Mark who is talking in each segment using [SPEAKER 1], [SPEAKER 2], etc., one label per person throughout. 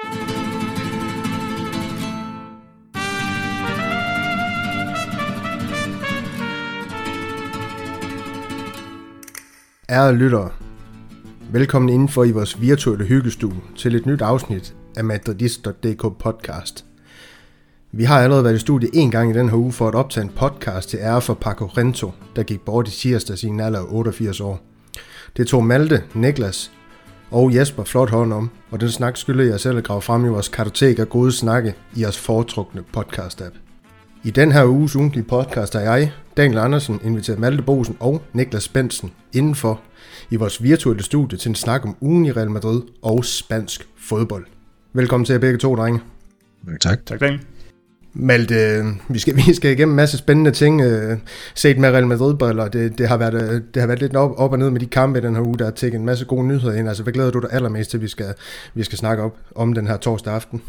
[SPEAKER 1] Ærede lyttere, velkommen indenfor i vores virtuelle hyggestue til et nyt afsnit af Madridist.dk podcast. Vi har allerede været i studiet en gang i den her uge for at optage en podcast til ære for Paco Rento, der gik bort i tirsdag i en alder af 88 år. Det tog Malte, Niklas og Jesper flot hånd om, og den snak skylder jeg selv at grave frem i vores kartotek af gode snakke i jeres foretrukne podcast-app. I den her uges ugentlige podcast har jeg, Daniel Andersen, inviteret Malte Bosen og Niklas Bensen indenfor i vores virtuelle studie til en snak om ugen i Real Madrid og spansk fodbold. Velkommen til jer begge to, drenge.
[SPEAKER 2] Tak.
[SPEAKER 3] Tak, Daniel.
[SPEAKER 1] Malte, vi skal igennem en masse spændende ting set med Real Madrid-briller. Det har været lidt op og ned med de kampe i den her uge, der har tækket en masse gode nyheder ind. Altså, hvad glæder du dig allermest til, vi skal snakke om den her torsdag aften?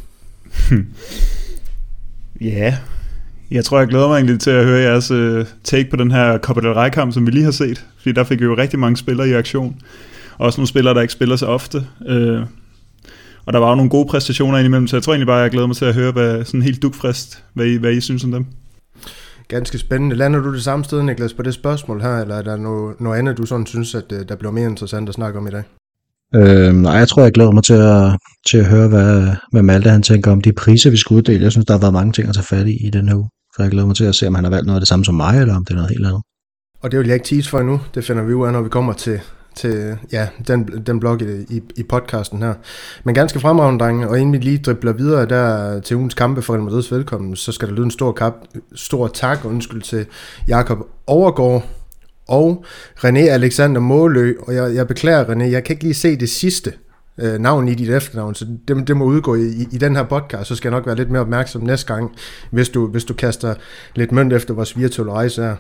[SPEAKER 3] Ja, jeg tror, jeg glæder mig egentlig til at høre jeres take på den her Copa del Rey-kamp, som vi lige har set. Fordi der fik vi jo rigtig mange spillere i aktion. Også nogle spillere, der ikke spiller så ofte. Og der var jo nogle gode præstationer indimellem, så jeg tror egentlig bare, jeg glæder mig til at høre, sådan helt dugfrist, hvad I synes om dem.
[SPEAKER 1] Ganske spændende. Lander du det samme sted, Niklas, på det spørgsmål her, eller er der noget andet, du sådan synes, at der bliver mere interessant at snakke om i dag?
[SPEAKER 2] Nej, jeg tror, jeg glæder mig til at høre, hvad Malte han tænker om de priser, vi skal uddele. Jeg synes, der har været mange ting at tage fat i den her uge. Så jeg glæder mig til at se, om han har valgt noget af det samme som mig, eller om det er noget helt andet.
[SPEAKER 1] Og det vil jeg ikke tease for endnu. Det finder vi ud af, når vi kommer til den blog i podcasten her. Men ganske fremragende, drenge, og inden vi lige dribler videre der til ugens kampe for Real Madrids velkommen, så skal der lyde en stor tak til Jakob Overgaard og René Alexander Målø, og jeg beklager, René, jeg kan ikke lige se det sidste navn i dit efternavn, så det må udgå i den her podcast, så skal jeg nok være lidt mere opmærksom næste gang, hvis du kaster lidt mønt efter vores virtuelle rejse her.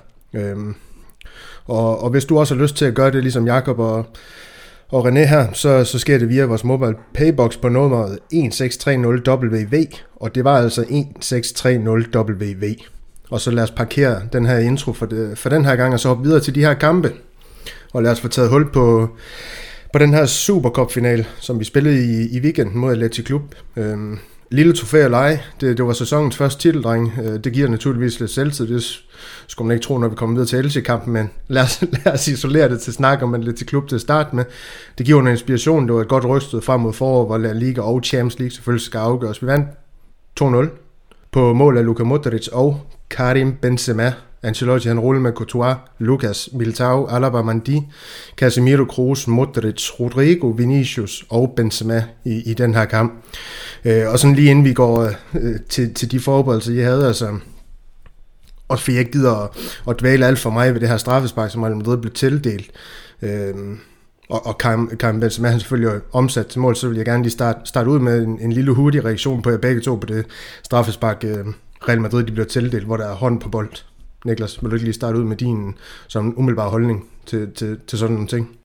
[SPEAKER 1] Og hvis du også har lyst til at gøre det ligesom Jakob og René her, så sker det via vores mobile paybox på nummeret 1630WV, og det var altså 1630WV. Og så lad os parkere den her intro for den her gang, og så hoppe videre til de her kampe. Og lad os få taget hul på den her Supercup-final, som vi spillede i weekenden mod Athletic Club. Lille trofæ at lege. Det var sæsonens første titeldreng. Det giver naturligvis lidt selvtid. Det skulle man ikke tro, når vi kommer videre til Elche-kampen, men lad os isolere det til snak om Athletic Club til at starte med. Det giver en inspiration. Det var et godt rystet frem mod forår, hvor La Liga og Champions League selvfølgelig skal afgøres. Vi vandt 2-0 på mål af Luka Modric og Karim Benzema. Ancelotti han rullede med Courtois, Lucas, Militao, Alaba, Mandi, Casemiro, Kroos, Modric, Rodrigo, Vinicius og Benzema i den her kamp. Og sådan lige inden vi går til de forberedelser, I havde, altså, og for jeg ikke gider at dvæle alt for mig ved det her straffespark, som Real Madrid blev tildelt, og Karim Benzema han selvfølgelig omsat til mål, så vil jeg gerne lige starte ud med en lille hurtig reaktion på jer begge to på det straffespark, Real Madrid de blev tildelt, hvor der er hånd på bold. Niklas, vil du ikke lige starte ud med din som umiddelbar holdning til sådan nogle ting?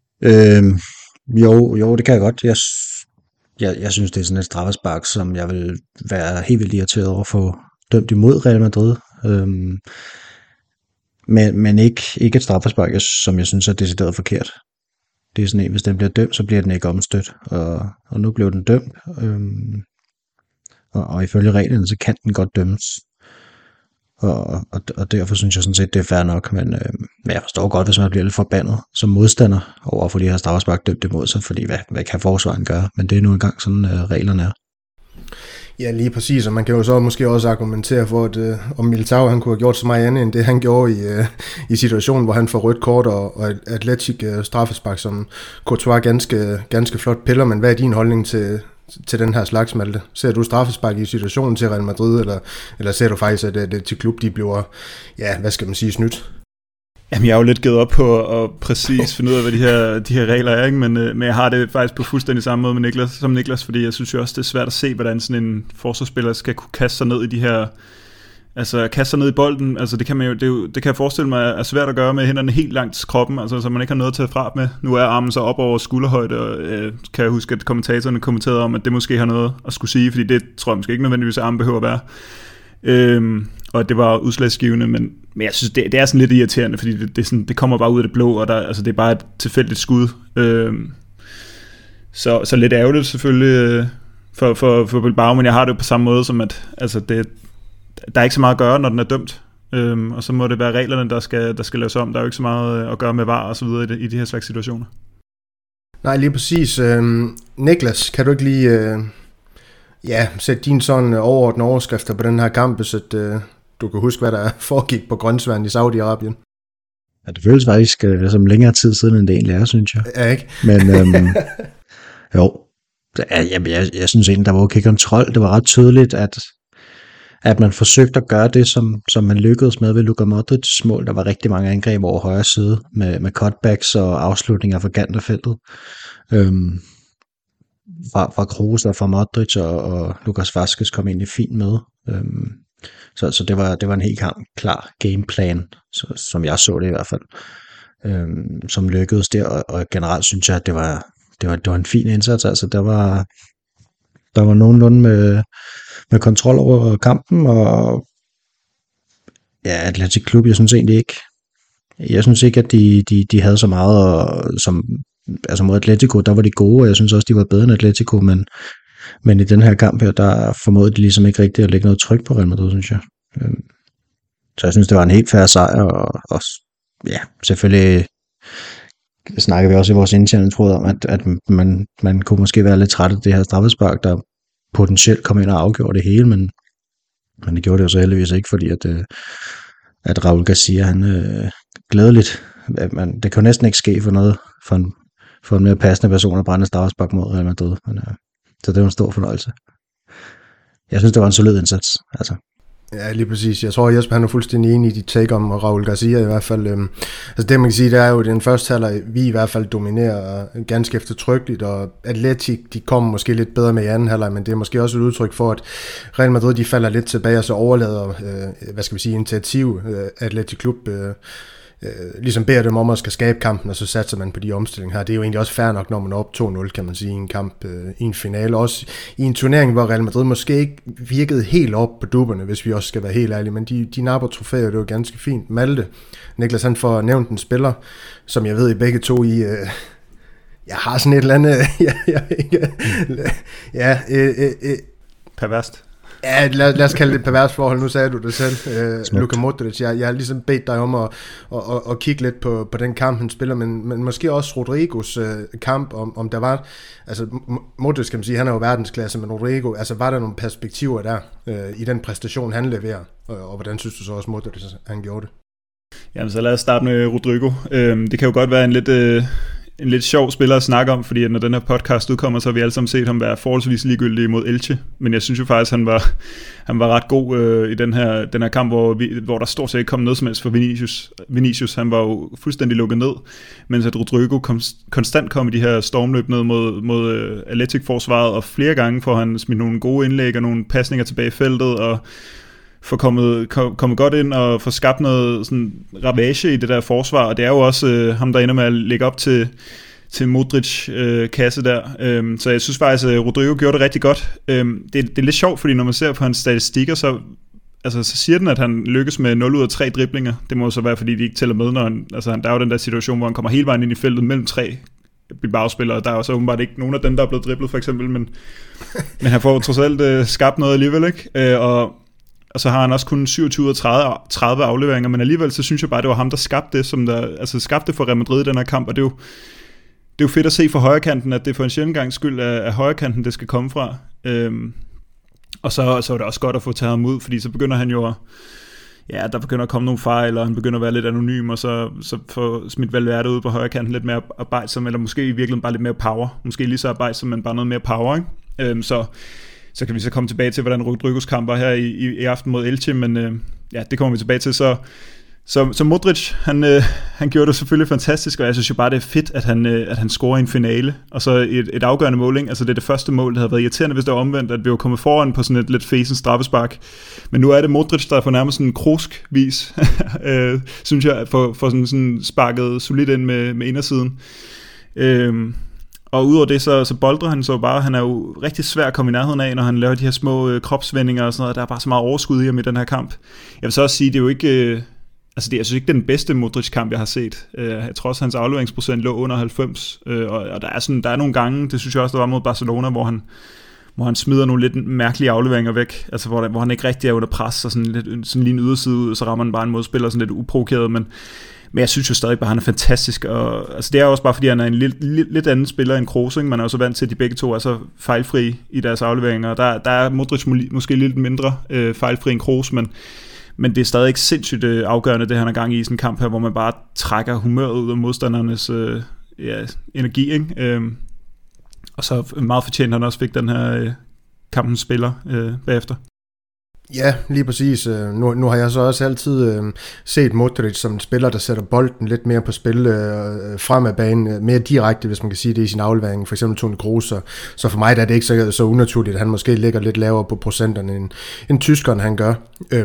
[SPEAKER 2] Jo, det kan jeg godt. Jeg synes, det er sådan et straffespark, som jeg vil være helt vildt irriteret over at få dømt imod Real Madrid. Men ikke et straffespark, som jeg synes er decideret forkert. Det er sådan en, hvis den bliver dømt, så bliver den ikke omstødt. Og nu blev den dømt. Og ifølge reglerne, så kan den godt dømmes. Og derfor synes jeg sådan set, det er fair nok, men jeg forstår godt, hvis man bliver lidt forbandet som modstander over at få de her straffespark dømt imod sig, fordi hvad kan forsvaren gøre? Men det er nu engang sådan reglerne er.
[SPEAKER 1] Ja, lige præcis, og man kan jo så måske også argumentere for, at om Militao han kunne have gjort så meget andet end det, han gjorde i situationen, hvor han får rødt kort og et Athletic straffespark, som Courtois ganske flot piller, men hvad er din holdning til den her slags, Malte? Ser du straffespark i situationen til Real Madrid, eller ser du faktisk, at det til klub, de bliver, ja, hvad skal man sige, snydt?
[SPEAKER 3] Jamen, jeg er jo lidt givet op på at præcis finde ud af, hvad de her regler er, ikke? Men jeg har det faktisk på fuldstændig samme måde med Niklas, fordi jeg synes jo også, det er svært at se, hvordan sådan en forsvarsspiller skal kunne kaste sig ned i de her, altså kaste sig ned i bolden, altså det kan jeg forestille mig er svært at gøre med hænderne helt langt til kroppen, altså så man ikke har noget at tage fra med. Nu er armen så op over skulderhøjde, og kan jeg huske, at kommentatorerne kommenterede om, at det måske har noget at skulle sige, fordi det tror jeg måske ikke nødvendigvis, at armen behøver at være. Og det var udslagsgivende, men jeg synes, det er sådan lidt irriterende, fordi det kommer bare ud af det blå, og det er bare et tilfældigt skud. Så lidt ærgerligt selvfølgelig, for Bilbao, men jeg har det jo på samme måde som, at altså der er ikke så meget at gøre, når den er dømt. Og så må det være reglerne, der skal laves om. Der er jo ikke så meget at gøre med VAR og så videre i de her slags situationer.
[SPEAKER 1] Nej, lige præcis. Niklas, kan du ikke lige sætte dine sådan overordnede overskrifter på den her kamp, så du kan huske, hvad der foregik på Grønsværen i Saudi-Arabien?
[SPEAKER 2] Ja, det føles faktisk som længere tid siden, end det egentlig er, synes jeg.
[SPEAKER 1] Ja, ikke?
[SPEAKER 2] Men jo, jeg synes egentlig, der var okay kontrol. Det var ret tydeligt, at man forsøgte at gøre det, som man lykkedes med ved Luka Modric's mål. Der var rigtig mange angreb over højre side, med cutbacks og afslutninger fra kant af feltet. Fra Kroos og fra Modric, og Lucas Vazquez kom egentlig fint med. Så det var en helt klar gameplan, som jeg så det i hvert fald, som lykkedes der, og generelt synes jeg, at det var en fin indsats. Altså der var nogenlunde med kontrol over kampen, og ja, Athletic Klub, jeg synes ikke, at de havde så meget, som altså mod Atletico, der var de gode, og jeg synes også, de var bedre end Atletico, men i den her kamp her, der formåede de ligesom ikke rigtigt at lægge noget tryk på Real Madrid, synes jeg. Så jeg synes, det var en helt fair sejr, og ja, selvfølgelig snakker vi også i vores interne tråd om, at man kunne måske være lidt træt af det her straffespark, der potentielt kom ind og afgjorde det hele, men det gjorde det jo så heldigvis ikke, fordi at Raul Garcia, han glædeligt, det kan jo næsten ikke ske for noget, for en mere passende person at brænde straffespark mod Real Madrid, så det var en stor fornøjelse. Jeg synes, det var en solid indsats, altså.
[SPEAKER 1] Ja, lige præcis. Jeg tror, Jesper han er fuldstændig enig i dit take om Raul Garcia i hvert fald. Altså det man kan sige, det er jo den første halvleg, vi i hvert fald dominerer ganske eftertrykkeligt, og Atletic, de kommer måske lidt bedre med i anden halvleg, men det er måske også et udtryk for, at Real Madrid, de falder lidt tilbage, og så overlader, initiativ Athletic Klub, ligesom beder dem om at skal skabe kampen, og så satser man på de omstillinger her. Det er jo egentlig også fair nok, når man er op 2-0, kan man sige, i en kamp, i en finale. Også i en turnering, hvor Real Madrid måske ikke virkede helt op på dupperne, hvis vi også skal være helt ærlige, men de napper trofæer, det var ganske fint. Malte, Niklas, han får nævnt en spiller, som jeg ved, I begge to i... jeg har sådan et eller andet...
[SPEAKER 3] perverst.
[SPEAKER 1] Ja, lad os kalde det et pervers forhold. Nu sagde du det selv, Luka Modric. Jeg har ligesom bedt dig om at kigge lidt på den kamp, han spiller, men måske også Rodrigos kamp, om der var... Altså, Modric, kan man sige, han er jo verdensklasse, men Rodrigo, altså var der nogle perspektiver der i den præstation, han leverer? Og hvordan synes du så også, Modric, han gjorde det?
[SPEAKER 3] Jamen, så lad os starte med Rodrigo. Det kan jo godt være en lidt sjov spiller at snakke om, fordi når den her podcast udkommer, så har vi alle sammen set ham være forholdsvis ligegyldig mod Elche, men jeg synes jo faktisk, han var ret god i den her kamp, hvor der stort set ikke kom noget som helst for Vinicius. Han var jo fuldstændig lukket ned, mens at Rodrigo konstant kom i de her stormløb ned mod Athletic-forsvaret, og flere gange får han smidt nogle gode indlæg og nogle pasninger tilbage i feltet, og får kommet godt ind og får skabt noget sådan ravage i det der forsvar, og det er jo også ham, der ender med at lægge op til Modric kasse der. Så jeg synes faktisk, at Rodrigo gjorde det rigtig godt. Det er lidt sjovt, fordi når man ser på hans statistikker, så siger den, at han lykkes med 0 ud af 3 driblinger. Det må så være, fordi de ikke tæller med, når der er jo den der situation, hvor han kommer hele vejen ind i feltet mellem 3 Bilbao-spillere. Der er jo så åbenbart ikke nogen af dem, der er blevet driblet, for eksempel, men han får trods alt skabt noget alligevel, ikke? Og så har han også kun 27 ud af 30 afleveringer, men alligevel så synes jeg bare, det var ham, der skabte det, skabte for Real Madrid i den her kamp, og det er jo fedt at se for højrekanten, at det for en sjældent gang skyld af højrekanten, det skal komme fra. Og så er det også godt at få taget ham ud, fordi så begynder han jo der begynder at komme nogle fejl, og han begynder at være lidt anonym, og så får smidt Valverde ud på højrekanten lidt mere arbejdsom, eller måske i virkeligheden bare lidt mere power. Måske lige så arbejdsom, men bare noget mere power, ikke? Så kan vi så komme tilbage til, hvordan Rodrigos kamp var her i aften mod Elche, men det kommer vi tilbage til. Så Modric, han gjorde det selvfølgelig fantastisk, og jeg synes jo bare, det er fedt, at han scorer i en finale, og så et afgørende mål, ikke? Altså det er det første mål, det havde været irriterende, hvis det var omvendt, at vi var kommet foran på sådan et lidt fesen straffespark. Men nu er det Modric, der får nærmest sådan en krosk vis, synes jeg, for sådan sparket solidt ind med indersiden. Og udover det, så boldrer han så bare. Han er jo rigtig svær at komme i nærheden af, når han laver de her små kropsvendinger og sådan noget. Der er bare så meget overskud i ham i den her kamp. Jeg vil så også sige, det er jo ikke... jeg synes ikke, det er den bedste Modric-kamp, jeg har set. Jeg tror også, hans afleveringsprocent lå under 90. Og der er nogle gange, det synes jeg også, der var mod Barcelona, hvor han smider nogle lidt mærkelige afleveringer væk, altså hvor han ikke rigtig er under pres, og sådan lige en yderside ud, og så rammer han bare en modspiller sådan lidt uprovokeret, men jeg synes jo stadig bare, han er fantastisk, og altså det er også bare fordi, han er en lidt anden spiller end Kroos, ikke? Man er jo så vant til, at de begge to er så fejlfri i deres afleveringer, og der er Modric måske lidt mindre fejlfri end Kroos, men det er stadig ikke sindssygt afgørende, det han er gang i sådan en kamp her, hvor man bare trækker humøret ud af modstandernes energi, ikke? Og så meget fortjent, han også fik den her kampens spiller bagefter.
[SPEAKER 1] Ja, lige præcis. Nu har jeg så også altid set Modric som en spiller, der sætter bolden lidt mere på spil frem af banen, mere direkte, hvis man kan sige det i sin aflevering, for eksempel Toni Kroos. Så for mig der er det ikke så unaturligt, at han måske ligger lidt lavere på procenterne, end tyskeren han gør.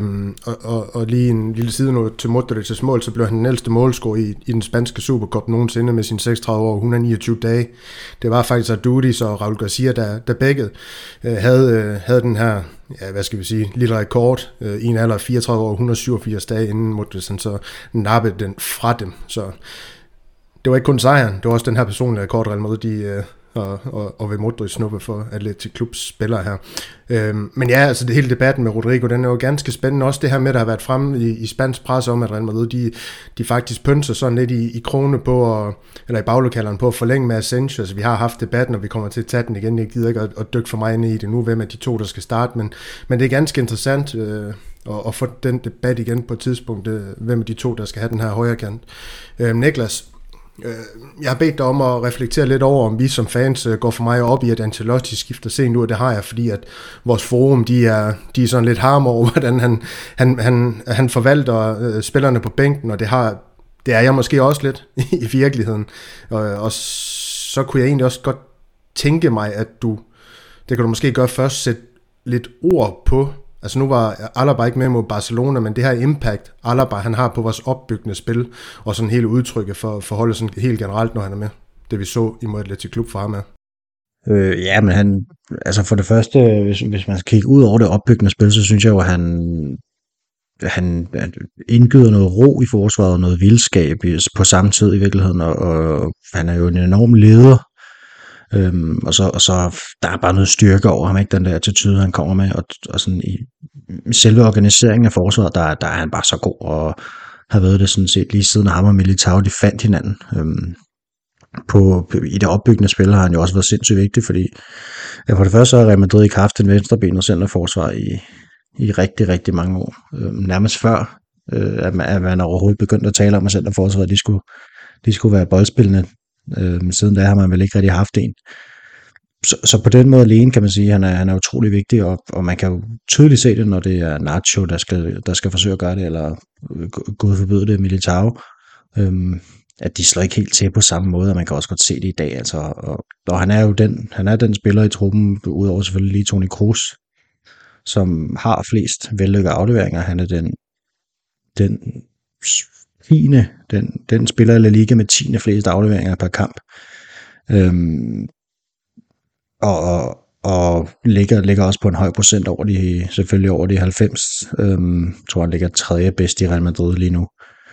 [SPEAKER 1] Og lige en lille sidenote til Modric's mål, så blev han den ældste målscorer i den spanske Supercup nogensinde med sine 36 år og 129 dage. Det var faktisk Adudis og Raul Garcia, der begge havde den her, ja, hvad skal vi sige, lille rekord i en alder af 34 år, 187 dage inden Modric så nappede den fra dem. Så det var ikke kun sejren, det var også den her personlige rekord, Real Madrid og ved Modric snuppe for Athletic Klubs spillere her. Men ja, altså det hele debatten med Rodrigo, den er jo ganske spændende. Også det her med, der har været fremme i spansk presse om, at Real Madrid, de faktisk pønser sådan lidt i krone på, eller i baglokalerne på at forlænge med Asensio. Altså vi har haft debatten, og vi kommer til at tage den igen. Jeg gider ikke at dykke for mig ind i det nu, hvem af de to, der skal starte. Men det er ganske interessant at få den debat igen på et tidspunkt, hvem af de to, der skal have den her højre kant. Niklas, jeg har bedt dig om at reflektere lidt over, om vi som fans går for mig op i, at Ancelotti skifter sent ud, og det har jeg, fordi at vores forum, de er sådan lidt harm over, hvordan han forvalter spillerne på bænken, og det er jeg måske også lidt i virkeligheden. Og så kunne jeg egentlig også godt tænke mig, at det kan du måske gøre først, sætte lidt ord på. Altså nu var Alaba ikke med mod Barcelona, men det her impact, Alaba han har på vores opbyggende spil, og sådan hele udtrykket for holdet sådan helt generelt, når han er med. Det vi så imod Athletic Klub for ham er.
[SPEAKER 2] Ja, men han, altså for det første, hvis man skal kigge ud over det opbyggende spil, så synes jeg jo, at han indgyder noget ro i forsvaret og noget vildskab på samme tid i virkeligheden, og han er jo en enorm leder. Og så der er bare noget styrke over ham, ikke, den der attitude han kommer med, og sådan i selve organiseringen af forsvaret, der er han bare så god, og har været det sådan set lige siden ham og Militao, de fandt hinanden. I det opbyggende spil har han jo også været sindssygt vigtig, fordi for det første så har Real Madrid ikke haft en venstrebenet centerforsvar i rigtig, rigtig mange år. Nærmest før, at man overhovedet begyndte at tale om, at centerforsvaret de skulle være boldspillende. Siden da har man vel ikke rigtig haft en. Så på den måde alene kan man sige, at han er utrolig vigtig, og man kan jo tydeligt se det, når det er Nacho, der skal forsøge at gøre det, eller Gud forbyde det, Militao, at de slår ikke helt til på samme måde, og man kan også godt se det i dag. Altså, og han er den spiller i truppen, udover selvfølgelig lige Toni Kroos, som har flest vellykkede afleveringer. Han er den spiller i La Liga med 10. flest afleveringer per kamp. Og ligger også på en høj procent selvfølgelig over de 90. Tror han ligger tredje bedst i Real Madrid lige nu.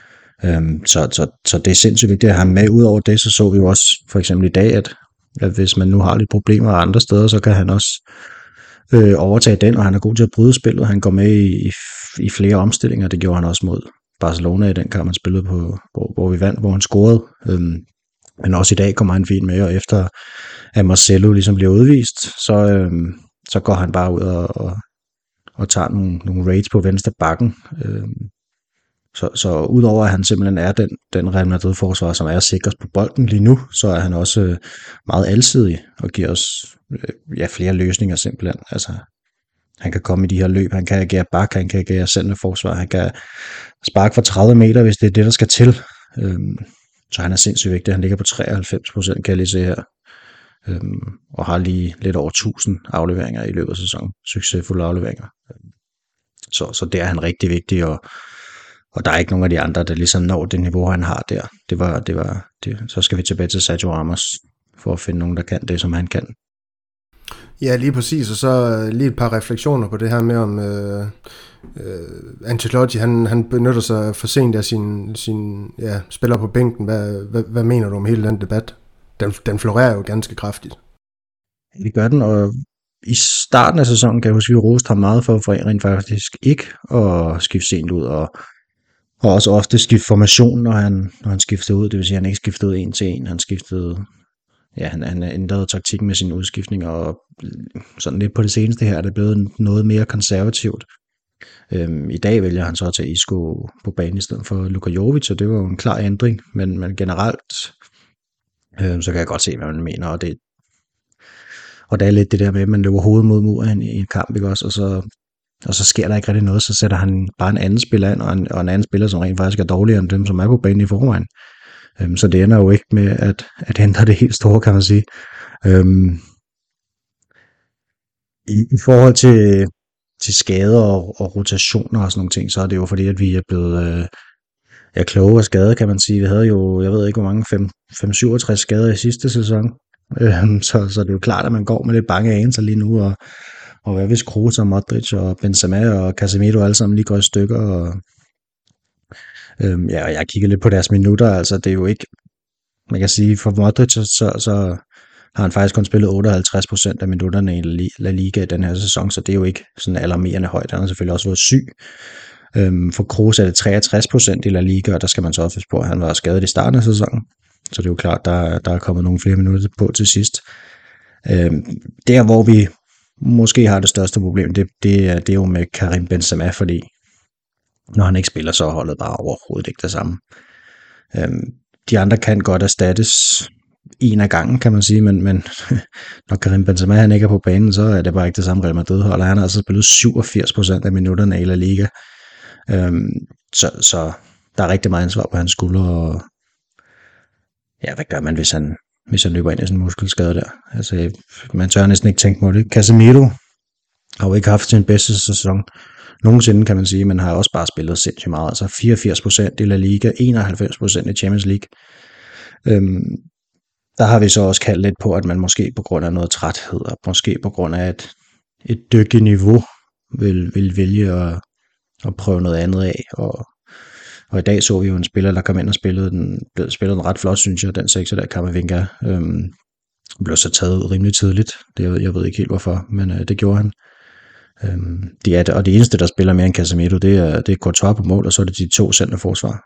[SPEAKER 2] Så det er sindssygt vigtigt at have med. Udover det, så vi jo også for eksempel i dag, at hvis man nu har lidt problemer andre steder, så kan han også overtage den, og han er god til at bryde spillet. Han går med i flere omstillinger. Det gjorde han også mod Barcelona i den kamp, han spillede på, hvor vi vandt, hvor han scorede. Men også i dag kommer han fint med, og efter at Marcelo ligesom bliver udvist, så går han bare ud og tager nogle raids på venstre bakken. Så udover at han simpelthen er den Real Madrid-forsvar, som er sikrest på bolden lige nu, så er han også meget alsidig og giver os flere løsninger simpelthen. Altså, han kan komme i de her løb, han kan agere bak, han kan agere centerforsvar, han kan sparke for 30 meter, hvis det er det, der skal til. Så han er sindssygt vigtig. Han ligger på 93%, kan jeg lige se her. Og har lige lidt over 1000 afleveringer i løbet af sæsonen. Succesfulde afleveringer. Så det er han rigtig vigtig, og der er ikke nogen af de andre, der ligesom når det niveau, han har der. Så skal vi tilbage til Sergio Ramos, for at finde nogen, der kan det, som han kan.
[SPEAKER 1] Ja, lige præcis, og så lige et par refleksioner på det her med, om Ancelotti, han benytter sig for sent af sin spiller på bænken. Hvad mener du om hele den debat? Den florerer jo ganske kraftigt.
[SPEAKER 2] Det gør den, og i starten af sæsonen kan jeg huske, at vi roste ham meget for rent faktisk ikke at skifte sent ud, og også ofte skifte formation, når han skiftede ud. Det vil sige, at han ikke skiftede ud en til en. Han skiftede, ja, han ændrede taktikken med sin udskiftning, og sådan lidt på det seneste her er det blevet noget mere konservativt. I dag vælger han så at tage Isco på banen i stedet for Luka Jovic, og det var jo en klar ændring, men generelt så kan jeg godt se, hvad man mener, og det er lidt det der med, at man løber hovedet mod muren i en kamp, ikke også, og så sker der ikke rigtig noget, så sætter han bare en anden spiller ind, og en anden spiller, som rent faktisk er dårligere end dem, som er på banen i forvejen. Så det ender jo ikke med at ændre det helt store, kan man sige. I forhold til skader og rotationer og sådan nogle ting, så er det jo fordi, at vi er blevet kloge af skader, kan man sige. Vi havde jo, jeg ved ikke hvor mange, 5-67 skader i sidste sæson. Så det er jo klart, at man går med lidt bange anelser lige nu, og hvad hvis Kroos og Modric og Benzema og Casemiro alle sammen lige går i stykker, og jeg kigger lidt på deres minutter, altså det er jo ikke, man kan sige, for Modric, så har han faktisk kun spillet 58% af minutterne i La Liga i den her sæson, så det er jo ikke sådan alarmerende højt. Han har selvfølgelig også været syg. For Kroos er det 63% i La Liga, og der skal man så også huske på, at han var skadet i starten af sæsonen. Så det er jo klart, der er kommet nogle flere minutter på til sidst. Der, hvor vi måske har det største problem, det er jo med Karim Benzema, fordi når han ikke spiller, så er holdet bare overhovedet ikke det samme. De andre kan godt erstattes en af gangen, kan man sige, men når Karim Benzema han ikke er på banen, så er det bare ikke det samme Real Madrid-hold, og han har altså spillet 87% af minutterne i La Liga. Så der er rigtig meget ansvar på hans skuldre, og ja, hvad gør man, hvis han løber ind i sådan en muskelskade der? Altså, man tør næsten ikke tænke på det. Casemiro har jo ikke haft sin bedste sæson nogensinde, kan man sige, men har også bare spillet sindssygt meget. Altså 84% i La Liga, 91% i Champions League. Der har vi så også kaldt lidt på, at man måske på grund af noget træthed, og måske på grund af et dygtigt niveau, vil vælge at prøve noget andet af, og i dag så vi jo en spiller, der kom ind og spillede den ret flot, synes jeg, den sekser der, Camavinga, blev så taget rimelig tidligt. Jeg ved ikke helt hvorfor, men det gjorde han. Og det eneste, der spiller mere end Casemiro, det er Courtois på mål, og så er det de to centerforsvar.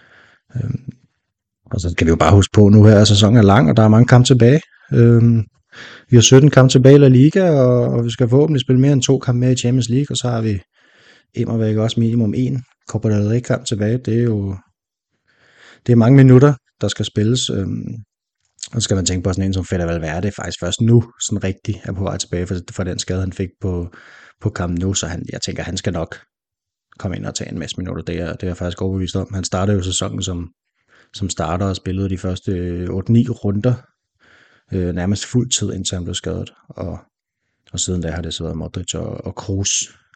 [SPEAKER 2] Og så kan vi jo bare huske på, nu her sæsonen er lang, og der er mange kampe tilbage. Vi har 17 kampe tilbage i La Liga, og vi skal forhåbentlig spille mere end 2 kampe mere i Champions League, og så har vi immervæk også minimum 1 Copa del Rey kamp tilbage. Det er mange minutter, der skal spilles. Og så skal man tænke på sådan en som Fede Valverde, faktisk først nu sådan rigtig er på vej tilbage fra den skade, han fik på Camp Nou, så jeg tænker, han skal nok komme ind og tage en masse minutter. Det er jeg faktisk overbevist om. Han startede jo sæsonen som starter og spillede de første 8-9 runder, nærmest fuld tid, indtil han blev skadet. Og siden da har det så været Modric og Kroos.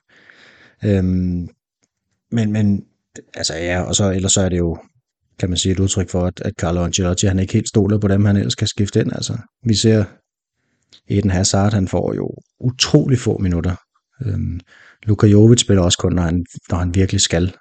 [SPEAKER 2] Men altså ja, og så ellers så er det jo, kan man sige, et udtryk for, at Carlo Ancelotti, han ikke helt stoler på dem, han ellers kan skifte ind. Altså, vi ser Eden Hazard, han får jo utrolig få minutter. Luka Jovic spiller også kun, når han virkelig skal.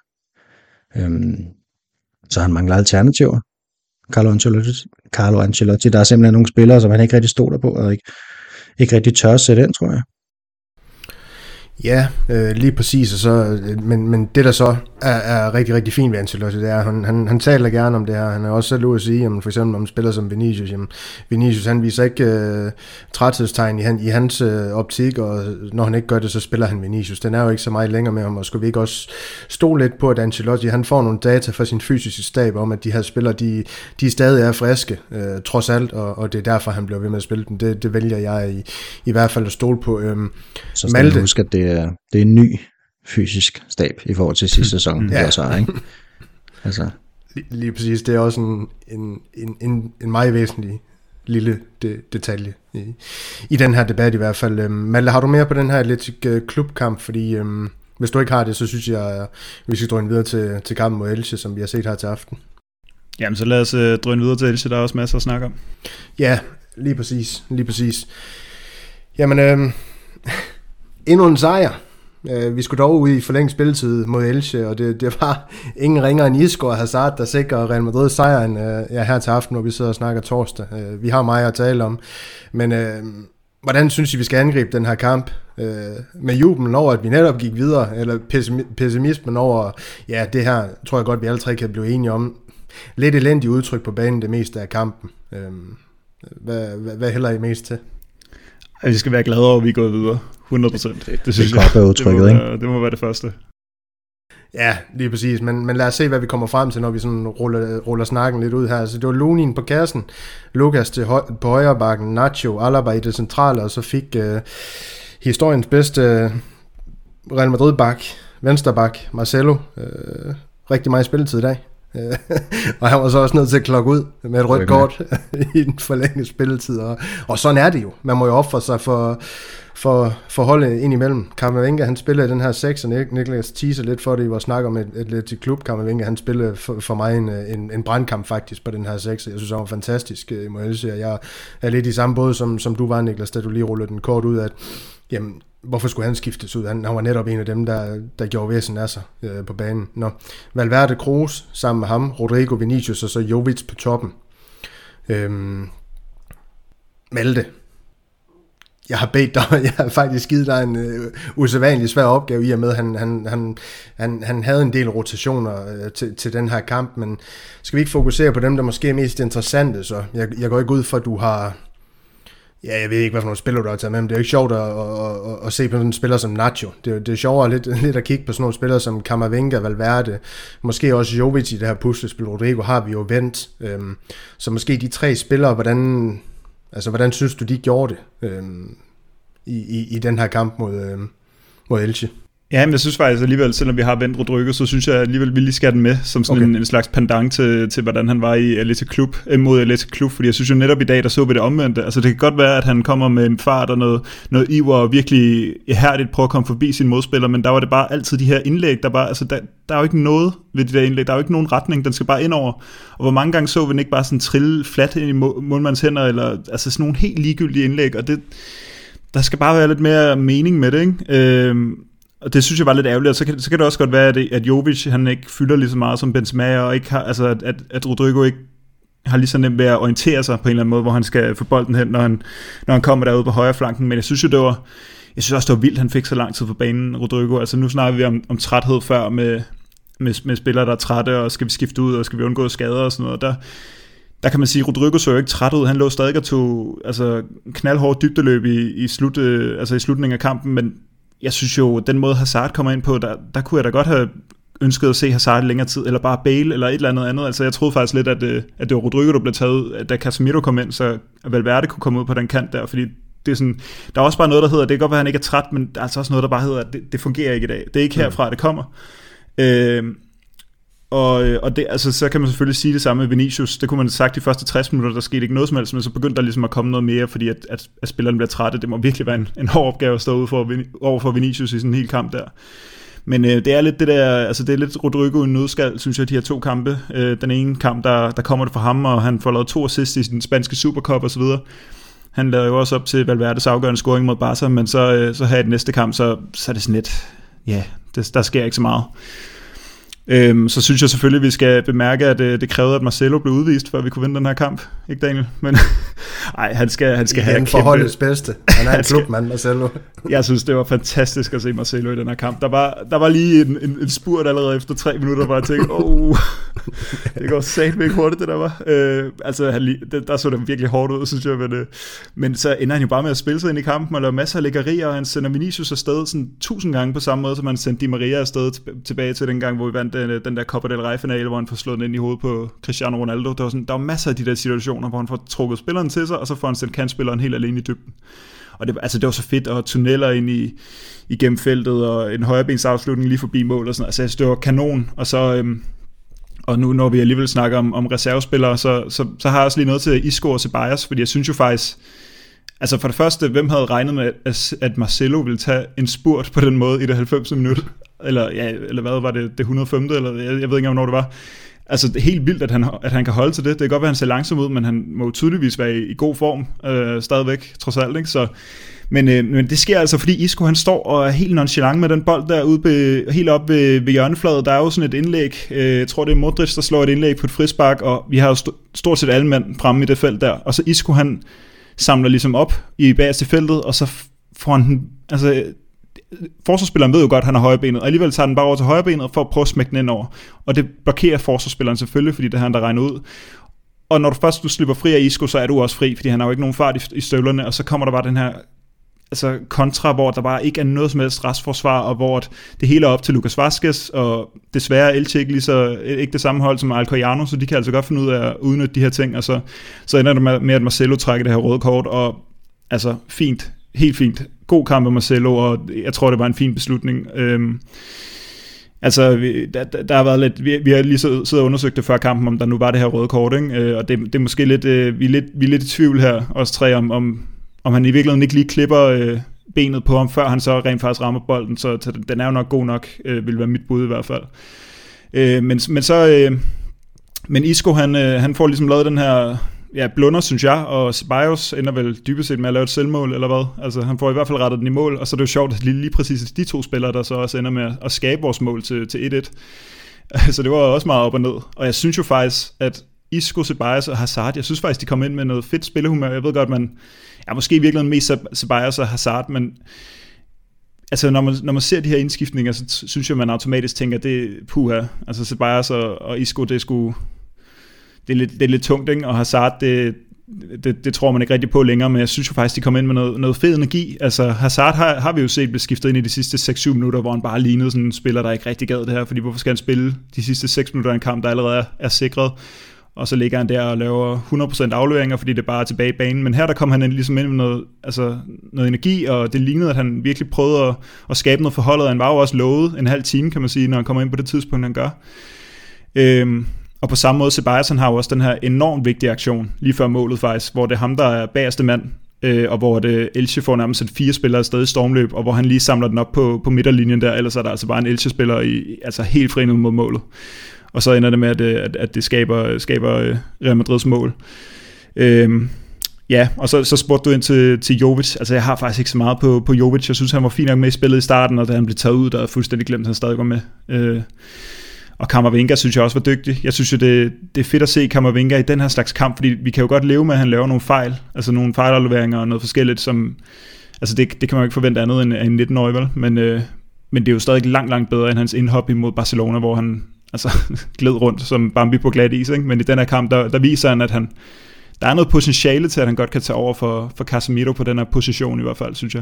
[SPEAKER 2] Så han mangler alternativer. Carlo Ancelotti, der er simpelthen nogle spillere, som han ikke rigtig stoler på, og ikke rigtig tør at sætte ind, tror jeg.
[SPEAKER 1] Ja, lige præcis, og så, men det der så er rigtig, rigtig fint ved Ancelotti, det er, han taler gerne om det her. Han er også selv ude at sige, for eksempel om spiller som Vinicius. Vinicius, han viser ikke træthedstegn i hans optik, og når han ikke gør det, så spiller han Vinicius. Den er jo ikke så meget længere med ham, og skulle vi ikke også stole lidt på, at Ancelotti, han får nogle data fra sin fysiske stab om, at de her spillere, de stadig er friske, trods alt, og det er derfor, han bliver ved med at spille dem. Det vælger jeg i hvert fald at stole på.
[SPEAKER 2] Så skal man huske, at det er en ny fysisk stab i forhold til sidste sæson.
[SPEAKER 1] Ja.
[SPEAKER 2] Så, ikke? Altså.
[SPEAKER 1] Lige præcis, det er også en meget væsentlig lille detalje i den her debat i hvert fald. Malte, har du mere på den her Atletic klubkamp? Fordi hvis du ikke har det, så synes jeg, vi skal drøne videre til kampen mod Elche, som vi har set her til aften.
[SPEAKER 3] Jamen, så lad os drøne videre til Elche, der er også masser at snakke om.
[SPEAKER 1] Ja, lige præcis. Jamen, endnu en sejr. Vi skulle dog ud i forlænget spilletid mod Elche, og det var ingen ringere end Isco og Hazard, der sikrer Real Madrid sejren her til aften, hvor vi sidder og snakker torsdag. Vi har meget at tale om, men hvordan synes I, vi skal angribe den her kamp? Med jublen over, at vi netop gik videre, eller pessimismen over, ja, det her tror jeg godt, vi alle tre kan blive enige om. Lidt elendigt udtryk på banen det meste af kampen. Hvad hælder I mest til?
[SPEAKER 3] Vi skal være glade over, at vi er gået videre. 100%.
[SPEAKER 2] Det synes jeg. Udtrykket,
[SPEAKER 3] det må være det første.
[SPEAKER 1] Ja, lige præcis. Men lad os se, hvad vi kommer frem til, når vi sådan ruller snakken lidt ud her. Så det var Lunin på kassen, Lucas på højre bakken, Nacho, Alaba i det centrale, og så fik historiens bedste Real Madrid-bak, vensterbak, Marcelo, rigtig meget spilletid i dag. Og han var så også nødt til at klokke ud med et rødt kort i den forlængende spilletid. Og sådan er det jo. Man må jo ofre sig for holdet ind imellem. Camavinga, han spiller i den her 6, og Niklas teaser lidt for det i vores snak om et klub. Camavinga, han spiller for mig en brandkamp faktisk på den her 6. Jeg synes, han var fantastisk. Jeg er lidt i samme båd, som du var, Niklas, da du lige rullede den kort ud, at jamen, hvorfor skulle han skiftes ud? Han var netop en af dem, der gjorde væsen af sig på banen. Valverde, Kroos sammen med ham, Rodrigo, Vinicius og så Jovic på toppen. Malte, jeg har faktisk givet dig en usædvanlig svær opgave i og med, at han havde en del rotationer til den her kamp, men skal vi ikke fokusere på dem, der måske er mest interessante? Så jeg går ikke ud for, at du har... Ja, jeg ved ikke, hvad for nogle spillere du har taget med, men det er jo ikke sjovt at se på sådan en spiller som Nacho. Det er sjovere lidt at kigge på sådan nogle spillere som Camavinga, Valverde, måske også Jovic i det her puslespil. Rodrigo har vi jo vendt. Så måske de tre spillere, hvordan synes du, de gjorde det i den her kamp mod Elche?
[SPEAKER 3] Ja, men jeg synes faktisk alligevel, selvom vi har vendt Rodrigo, så synes jeg alligevel, vi lige skal den med, som sådan en slags pendant til, hvordan han var i Athletic Club, mod Athletic Club, fordi jeg synes jo netop i dag, der så vi det omvendte. Altså det kan godt være, at han kommer med en fart og noget iver og virkelig ihærdigt prøver at komme forbi sine modspillere, men der var det bare altid de her indlæg, der er jo ikke noget ved de der indlæg, der er jo ikke nogen retning, den skal bare ind over. Og hvor mange gange så vi den ikke bare sådan trille flat ind i målmands hænder, eller altså sådan nogle helt ligegyldige indlæg, og der skal bare være lidt mere mening med det, ikke? Og det synes jeg var lidt ærgerligt, og så kan det også godt være, at Jovic, han ikke fylder lige så meget som Benzema, og ikke har, altså at Rodrigo ikke har lige så nemt ved at orientere sig på en eller anden måde, hvor han skal få bolden hen, når han kommer derude på højre flanken. Men jeg synes jo, jeg synes også, det var vildt, han fik så lang tid på banen, Rodrigo. Altså nu snakker vi om træthed før med spillere, der er trætte, og skal vi skifte ud, og skal vi undgå skader og sådan noget. Der kan man sige, at Rodrigo så jo ikke træt ud. Han lå stadig og tog knaldhårdt dybdeløb i slutningen af kampen, men jeg synes jo, den måde Hazard kommer ind på, der kunne jeg da godt have ønsket at se Hazard længere tid, eller bare Bale, eller et eller andet. Altså jeg troede faktisk lidt, at det var Rodrigo, der blev taget, da Casemiro kom ind, så Valverde kunne komme ud på den kant der, fordi det er sådan, der er også bare noget, der hedder, det kan godt være, at han ikke er træt, men der er altså også noget, der bare hedder, at det fungerer ikke i dag. Det er ikke herfra, det kommer. Og det, altså, så kan man selvfølgelig sige det samme med Vinicius. Det kunne man have sagt de første 60 minutter, der skete ikke noget som helst, men så begyndte der ligesom at komme noget mere, fordi at spillerne bliver trætte. Det må virkelig være en hård opgave at stå over for Vinicius i sådan en hel kamp der. Men det er lidt det der, altså det er lidt Rodrigo i nødskal, synes jeg, de her to kampe. Den ene kamp, der kommer det for ham, og han får lavet 2 assists i den spanske Supercup og så videre. Han lavede jo også op til Valverdes afgørende scoring mod Barca, men så her i den næste kamp, så er det sådan lidt, ja, der sker ikke så meget. Så synes jeg selvfølgelig, at vi skal bemærke, at det krævede, at Marcelo blev udvist, før vi kunne vinde den her kamp. Ikke Daniel? Men ej, han skal have
[SPEAKER 1] kæmpe... forholdets bedste. Han er en klubmand, Marcelo.
[SPEAKER 3] Jeg synes, det var fantastisk at se Marcelo i den her kamp. Der var lige en spurt allerede efter 3 minutter, hvor jeg tænkte, det går satme ikke hurtigt, det der var. Der så det virkelig hårdt ud, synes jeg. Men så ender han jo bare med at spille sig ind i kampen, og laver masser af lækkerier, og han sender Vinicius afsted sådan 1000 gange på samme måde, som han sendte Di Maria afsted tilbage til den gang, hvor vi vandt den der Copa del Rey-finale, hvor han får slået den ind i hovedet på Cristiano Ronaldo. Der var masser af de der situationer, hvor han får trukket spilleren til sig, og så får han sendt kantspilleren helt alene i dybden. Og det var så fedt, og tunneller ind igennem feltet, og en højrebens afslutning lige forbi mål, og sådan. Altså det var kanon, og så... Og nu når vi alligevel snakker om reservespillere, så har jeg også lige noget til Isco og Ceballos, fordi jeg synes jo faktisk, altså for det første, hvem havde regnet med, at Marcelo ville tage en spurt på den måde i det 90. minut? Eller hvad var det 105. eller jeg ved ikke engang, hvornår det var. Altså det er helt vildt, at han kan holde til det. Det kan godt være, at han ser langsom ud, men han må tydeligvis være i god form stadigvæk, trods alt, ikke? Så, men det sker altså, fordi Isco han står og er helt nonchalant med den bold der helt oppe ved hjørnefladet. Der er jo sådan et indlæg, jeg tror det er Modric, der slår et indlæg på et frispark, og vi har jo stort set alle mænd fremme i det felt der. Og så Isco han samler ligesom op i bagerste feltet, og så får han den, altså forsvarsspilleren ved jo godt, at han har højrebenet, og alligevel tager den bare over til højrebenet for at prøve at smække den ind over. Og det blokerer forsvarsspilleren selvfølgelig, fordi det er han, der regner ud. Og når du slipper fri af Isco, så er du også fri, fordi han har jo ikke nogen fart i støvlerne, og så kommer der bare den her kontra, hvor der bare ikke er noget som helst restforsvar, og hvor det hele er op til Lucas Vazquez, og desværre Elche ikke det samme hold som Alcoyano, så de kan altså godt finde ud af at udnytte de her ting, og så ender det med, at Marcelo trækker det her røde kort, og altså fint, helt fint, god kamp med Marcelo, og jeg tror, det var en fin beslutning. Altså, der har været lidt, vi har lige siddet og undersøgt det før kampen, om der nu var det her røde kort, ikke? Og det er måske lidt, vi er lidt i tvivl her, os tre, om han i virkeligheden ikke lige klipper benet på ham, før han så rent faktisk rammer bolden, så den er jo nok god nok, vil være mit bud i hvert fald. Men Isco, han får ligesom lavet den her blunder, synes jeg, og Ceballos ender vel dybest set med at lave et selvmål, eller hvad? Altså, han får i hvert fald rettet den i mål, og så er det jo sjovt, at lige præcis de to spillere, der så også ender med at skabe vores mål til 1-1. Så det var også meget op og ned. Og jeg synes jo faktisk, at Isco, Ceballos og Hazard, jeg synes faktisk, de kom ind med noget fedt spillehumør. Jeg ved godt, man måske i virkeligheden mest Ceballos og Hazard, men altså, når man ser de her indskiftninger, så synes jeg, man automatisk tænker, det puha. Altså, Ceballos og Isco, det er lidt tungt, ikke? Og Hazard, det tror man ikke rigtig på længere, men jeg synes jo faktisk, de kom ind med noget fed energi. Altså, Hazard har vi jo set blive skiftet ind i de sidste 6-7 minutter, hvor han bare lignede sådan en spiller, der ikke rigtig gad det her, fordi hvorfor skal han spille de sidste 6 minutter af en kamp, der allerede er sikret? Og så ligger han der og laver 100% afleveringer, fordi det bare er tilbage i banen. Men her der kom han ligesom ind med noget energi, og det lignede, at han virkelig prøvede at skabe noget for holdet. Han var jo også lovet en halv time, kan man sige, når han kommer ind på det tidspunkt, han gør. Og på samme måde, Ceballos, han har jo også den her enormt vigtige aktion, lige før målet faktisk, hvor det er ham, der er bagerste mand, og hvor det Elche får nærmest 4 spillere afsted i stormløb, og hvor han lige samler den op på midterlinjen der, ellers er der altså bare en Elche-spiller altså helt fri mod målet. Og så ender det med, at det skaber Real Madrids mål. Og så spurgte du ind til Jovic. Altså, jeg har faktisk ikke så meget på Jovic. Jeg synes, han var fint nok med i spillet i starten, og da han blev taget ud, der er fuldstændig glemt, at han stadig var med. Og Camavinga synes jeg også var dygtig. Jeg synes jo, det er fedt at se Camavinga i den her slags kamp, fordi vi kan jo godt leve med, at han laver nogle fejl. Altså nogle fejlafleveringer og noget forskelligt, som... Altså, det kan man jo ikke forvente andet end en 19-årig, vel? Men det er jo stadig langt bedre end hans indhop imod Barcelona, hvor han gled rundt som Bambi på glat is, ikke? Men i den her kamp, der viser han, at der er noget potentiale til, at han godt kan tage over for Casemiro på den her position i hvert fald, synes jeg.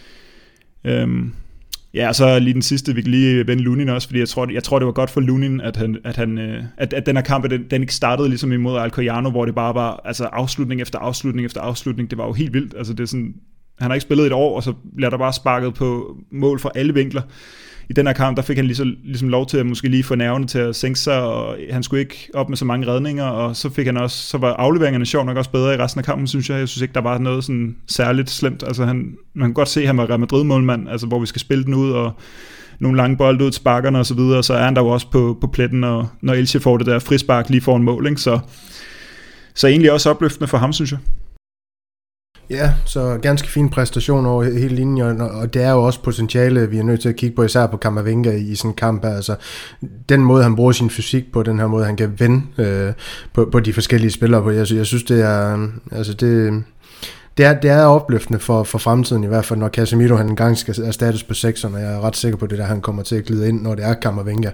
[SPEAKER 3] Og så lige den sidste, vi kan lige vende Lunin også, fordi jeg tror det var godt for Lunin, at den her kamp, den ikke startede ligesom imod Alcoyano, hvor det bare var afslutning efter afslutning efter afslutning. Det var jo helt vildt. Altså, det er sådan, han har ikke spillet et år, og så bliver der bare sparket på mål fra alle vinkler. I den her kamp, der fik han ligesom lov til at måske lige få nerverne til at sænke sig, og han skulle ikke op med så mange redninger, og så var afleveringerne sjovt nok også bedre i resten af kampen, synes jeg. Jeg synes ikke, der var noget sådan særligt slemt. Altså, man kan godt se, at han var Real Madrid-målmand, altså, hvor vi skal spille den ud, og nogle lange bolde ud til sparkerne og så videre, så er han der jo også på pletten, og når Elche får det der frispark lige foran mål, ikke? Så egentlig også opløftende for ham, synes jeg.
[SPEAKER 1] Ja, så ganske fin præstation over hele linjen, og det er jo også potentiale, vi er nødt til at kigge på, især på Camavinga i sådan en kamp. Altså, den måde, han bruger sin fysik på, den her måde, han kan vende på de forskellige spillere på. Jeg synes, det er... Altså, det er opløftende for fremtiden, i hvert fald når Casemiro han engang skal erstattes på 6'erne. Jeg er ret sikker på det, der han kommer til at glide ind, når det er Camavinga.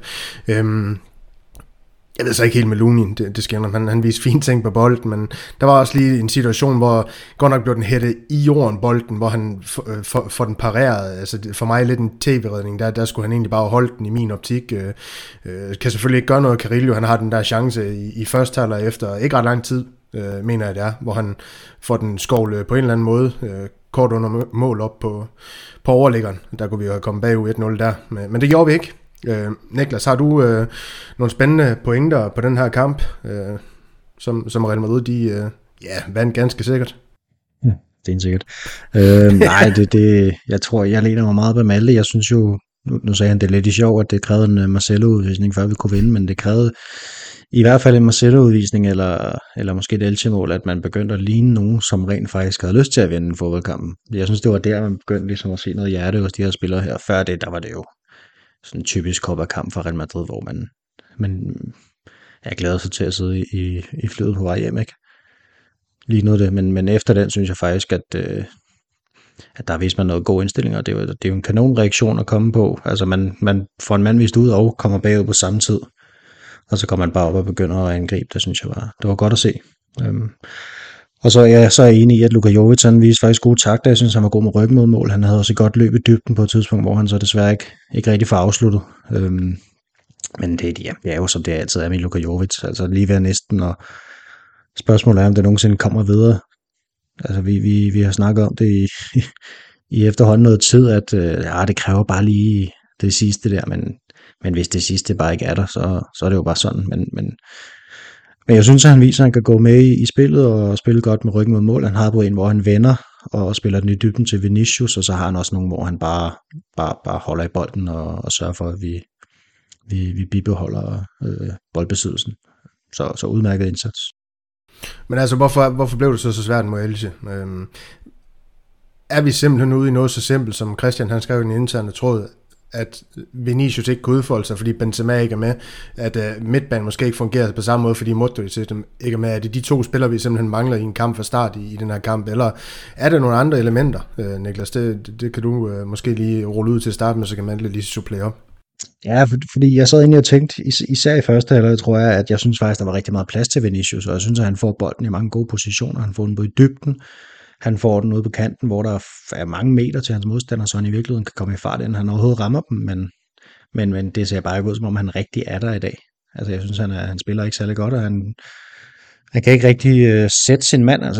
[SPEAKER 1] Jeg ved så ikke helt med Lunin, det sker, når han viste fine ting på bolden, men der var også lige en situation, hvor godt nok blev den hættet i jorden, bolden, hvor han får den pareret. Altså for mig lidt en tv-redning, der skulle han egentlig bare holde den i min optik. Kan selvfølgelig ikke gøre noget, Carrillo, han har den der chance i første halvleg efter ikke ret lang tid, mener jeg det er, hvor han får den skovlet på en eller anden måde, kort under mål op på overliggeren. Der kunne vi jo have kommet bagud 1-0 der, men det gjorde vi ikke. Niklas, har du nogle spændende pointer på den her kamp, som Real Madrid, de vandt ganske sikkert?
[SPEAKER 2] Ja, det er sikkert. Nej, jeg tror, jeg læner mig meget på Malte. Jeg synes jo, nu sagde han det lidt i sjov, at det krævede en Marcelo-udvisning, før vi kunne vinde, men det krævede i hvert fald en Marcelo-udvisning, eller måske et Elche-mål, at man begyndte at ligne nogen, som rent faktisk havde lyst til at vinde fodboldkampen. Jeg synes, det var der, man begyndte ligesom at se noget hjerte hos de her spillere her. Før det, der var det jo sådan en typisk Copa-kamp for Real Madrid, hvor man glæder sig til at sidde i flyet på vej hjem, ikke? lignede det, men efter den synes jeg faktisk, at der viste man noget god indstilling, og det er jo en kanonreaktion at komme på. Altså man får en mand vist ud og kommer bagud på samme tid, og så kommer man bare op og begynder at angribe. Det synes jeg det var godt at se. Og så er jeg enig i, at Luka Jovic, han viste faktisk gode takter. Jeg synes, han var god med ryggen mod mål. Han havde også et godt løb i dybden på et tidspunkt, hvor han så desværre ikke rigtig får afsluttet. Men det er jo som det altid er med Luka Jovic. Altså lige ved næsten, og spørgsmålet er, om det nogensinde kommer videre. Altså vi har snakket om det i efterhånden noget tid, at det kræver bare lige det sidste der, men hvis det sidste bare ikke er der, så er det jo bare sådan. Men jeg synes, at han viser, at han kan gå med i spillet og spille godt med ryggen mod mål. Han har på en, hvor han vender og spiller den i dybden til Vinicius, og så har han også nogle, hvor han bare holder i bolden og sørger for, at vi bibeholder boldbesiddelsen. Så udmærket indsats.
[SPEAKER 1] Men altså, hvorfor blev det så svært mod Elche? Er vi simpelthen ude i noget så simpelt, som Christian han skrev i den interne tråd, at Vinicius ikke kan udfolde sig, fordi Benzema ikke er med, at midtbanen måske ikke fungerer på samme måde, fordi Modric ikke er med, at det de to spillere, vi simpelthen mangler i en kamp fra start i den her kamp, eller er der nogle andre elementer, Niklas? Det kan du måske lige rulle ud til at starte med, så kan man lige supplere op.
[SPEAKER 2] Ja, fordi jeg sad egentlig og tænkte, især i første halvleg, tror jeg, at jeg synes faktisk, der var rigtig meget plads til Vinicius, og jeg synes, at han får bolden i mange gode positioner. Han får den både i dybden, han får den ude på kanten, hvor der er mange meter til hans modstander, så han i virkeligheden kan komme i fart, inden han overhovedet rammer dem, men det ser bare ikke ud, som om han rigtig er der i dag. Altså, jeg synes, han spiller ikke særlig godt, og han kan ikke rigtig sætte sin mand. Altså,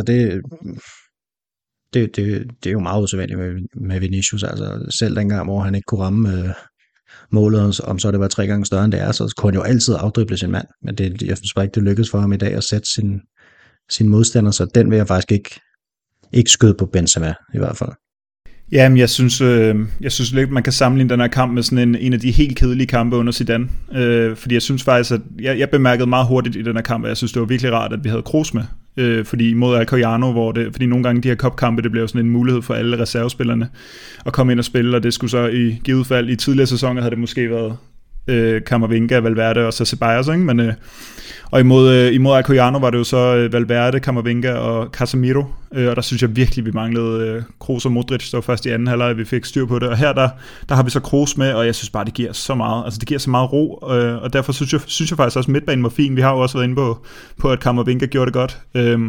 [SPEAKER 2] det er jo meget usædvanligt med Vinicius. Altså, selv dengang, hvor han ikke kunne ramme målet, om så det var 3 gange større end det er, så kunne han jo altid afdrible sin mand, men jeg synes bare ikke, det lykkedes for ham i dag at sætte sin modstander, så den vil jeg faktisk ikke skyde på Benzema i hvert fald.
[SPEAKER 3] Jamen, jeg synes lidt, man kan sammenligne den her kamp med sådan en af de helt kedelige kampe under Zidane, fordi jeg synes faktisk, at jeg bemærkede meget hurtigt i den her kamp, at jeg synes, det var virkelig rart, at vi havde Kroos med, fordi mod Alcoyano, fordi nogle gange de her cupkampe, det blev jo sådan en mulighed for alle reservespillerne at komme ind og spille, og det skulle så i givet fald i tidligere sæsoner havde det måske været Camavinga, Valverde og så Ceballos, ikke? Men og imod Alcoyano var det jo så Valverde, Camavinga og Casemiro, og der synes jeg virkelig, vi manglede Kroos og Modric. Det var først i anden halvleg, vi fik styr på det, og her der har vi så Kroos med, og jeg synes bare, det giver så meget, altså det giver så meget ro, og derfor synes jeg faktisk også, at midtbanen var fin. Vi har jo også været inde på at Camavinga gjorde det godt.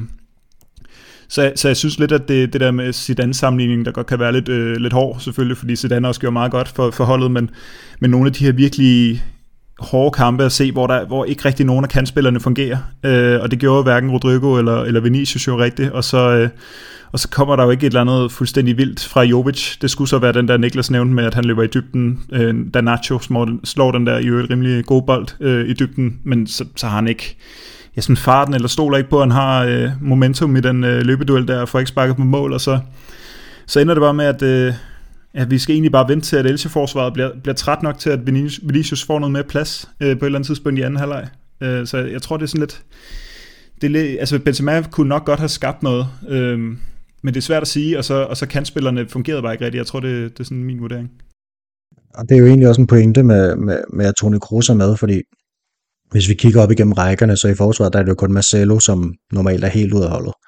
[SPEAKER 3] Så jeg synes lidt, at det der med Zidane-sammenligningen, der godt kan være lidt hård selvfølgelig, fordi Zidane også gjorde meget godt for holdet, men nogle af de her virkelig hårde kampe at se, hvor ikke rigtig nogen af kantspillerne fungerer, og det gjorde hverken Rodrigo eller Vinicius jo rigtigt, og så kommer der jo ikke et eller andet fuldstændig vildt fra Jovic. Det skulle så være den der Niklas nævnte med, at han løber i dybden, da Nacho slår den der i øvrigt rimelig god bold i dybden, men så har han ikke sådan farten, eller stoler ikke på, at han har momentum i den løbeduel der, og får ikke sparket på mål, og så ender det bare med, at vi skal egentlig bare vente til, at Elche-forsvaret bliver træt nok til, at Vinicius får noget mere plads på et eller andet tidspunkt i anden halvleg. Så jeg tror, det er sådan lidt... altså Benzema kunne nok godt have skabt noget, men det er svært at sige, og så kantspillerne fungerede bare ikke rigtigt. Jeg tror, det er sådan min vurdering.
[SPEAKER 2] Og det er jo egentlig også en pointe med at Toni Kroos er med, fordi hvis vi kigger op igennem rækkerne, så i forsvaret, der er det jo kun Marcelo, som normalt er helt ud af holdet.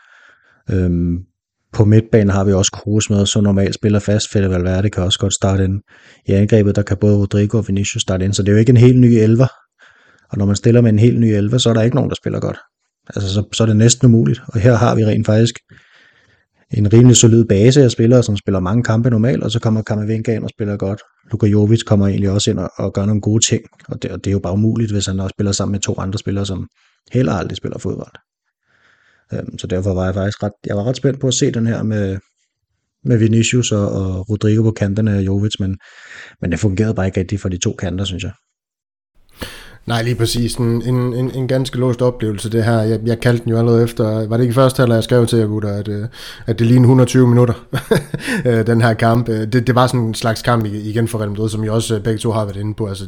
[SPEAKER 2] På midtbanen har vi også Kroos med, så normalt spiller fast. Fede Valverde kan også godt starte ind. I angrebet, der kan både Rodrigo og Vinicius starte ind, så det er jo ikke en helt ny elver. Og når man stiller med en helt ny elver, så er der ikke nogen, der spiller godt. Altså, så er det næsten umuligt. Og her har vi rent faktisk en rimelig solid base af spillere, som spiller mange kampe normalt, og så kommer Camavinga ind og spiller godt. Luka Jovic kommer egentlig også ind og gør nogle gode ting, og det er jo bare umuligt, hvis han også spiller sammen med 2 andre spillere, som heller aldrig spiller fodbold. Så derfor var jeg faktisk ret spændt på at se den her med Vinicius og Rodrigo på kanterne af Jovic, men det fungerede bare ikke rigtig for de 2 kanter, synes jeg.
[SPEAKER 1] Nej, lige præcis. En ganske låst oplevelse, det her. Jeg kaldte den jo allerede efter, var det ikke første halvleg, jeg skrev til jer, gutter, at det lignede 120 minutter, den her kamp. Det var sådan en slags kamp igen for Real Madrid, som jeg også begge to har været inde på. Altså,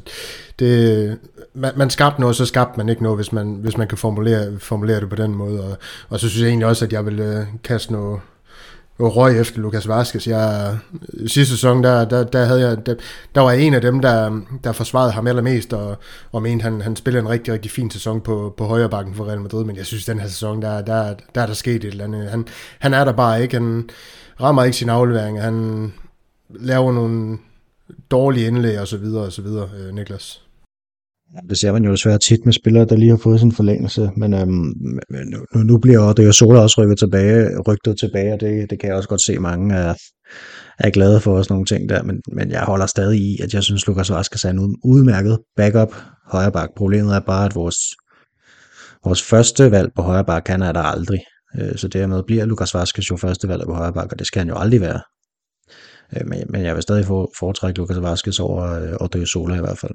[SPEAKER 1] man skabte noget, så skabte man ikke noget, hvis man kan formulere det på den måde. Og så synes jeg egentlig også, at jeg vil kaste noget røg efter Lucas Vazquez. Sidste sæson, der var en af dem, der forsvarede ham allermest, og mente, han spillede en rigtig, rigtig fin sæson på højre bakken for Real Madrid, men jeg synes, den her sæson, der er der sket et eller andet. Han er der bare ikke, han rammer ikke sin aflevering, han laver nogle dårlige indlæg og så videre, Niklas.
[SPEAKER 2] Det ser man jo desværre tit med spillere, der lige har fået sin forlængelse, men nu bliver Odriozola også rygtet tilbage, og det kan jeg også godt se, mange er glade for os nogle ting der, men jeg holder stadig i, at jeg synes, Lucas Vazquez er en udmærket backup højre bak. Problemet er bare, at vores første valg på højre bak, han er der aldrig, så dermed bliver Lucas Vazquez jo første valg på højre bak, og det skal han jo aldrig være. Men jeg vil stadig foretrække Lucas Vazquez over Odriozola i hvert fald.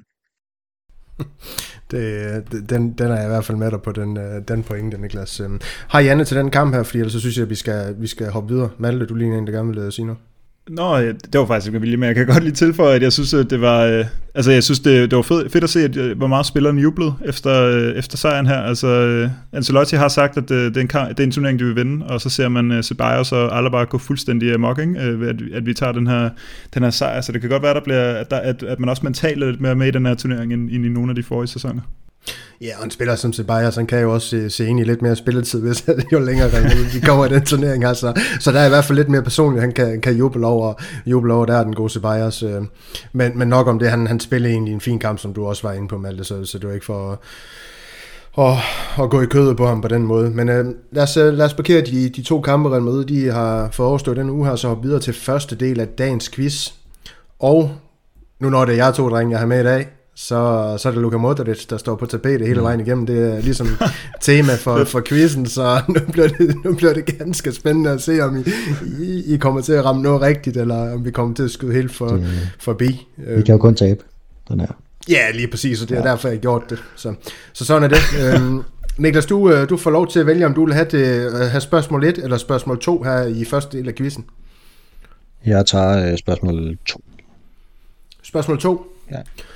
[SPEAKER 1] Den er jeg i hvert fald med dig på, den pointe, Niklas. Har I andet til den kamp her, fordi ellers så synes jeg, at vi skal hoppe videre. Malte, du ligner en, der gerne vil sige noget.
[SPEAKER 3] Nå, det var faktisk ikke med vilje, men jeg kan godt lige tilføje, at jeg synes, at det var, jeg synes, det var fedt at se, hvor meget spillerne jublede efter sejren her. Altså, Ancelotti har sagt, at det er en turnering, de vil vinde, og så ser man Ceballos og Alaba gå fuldstændig amok, at vi tager den her sejr. Så det kan godt være, der bliver, at man også mentalt er lidt mere med i den her turnering, end i nogle af de forrige sæsoner.
[SPEAKER 1] Ja, og en spiller som Ceballos, han kan jo også se ind i lidt mere spilletid, hvis jo længere de kommer i den turnering her. Så der er i hvert fald lidt mere personligt, han kan juble over, der er den gode Ceballos. Men nok om det, han spiller egentlig en fin kamp, som du også var inde på, Malte, så det var ikke for at gå i kødet på ham på den måde. Men lad os parkere de to kampe, Real Madrid, de har fået overstået den uge her, så hoppe videre til første del af dagens quiz. Og nu når det er jer to drenge, jeg har med i dag, så er det Luka Modric, der står på tapetet hele vejen igennem. Det er ligesom tema for quizzen, så nu bliver det ganske spændende at se, om I kommer til at ramme noget rigtigt, eller om vi kommer til at skyde helt forbi.
[SPEAKER 2] Vi kan jo kun tabe den her.
[SPEAKER 1] Ja, lige præcis, og det er derfor, jeg har gjort det. Så sådan er det. Niklas, du får lov til at vælge, om du vil have spørgsmål 1 eller spørgsmål 2 her i første del af quizzen.
[SPEAKER 2] Jeg tager spørgsmål 2.
[SPEAKER 1] Spørgsmål 2?
[SPEAKER 2] Ja.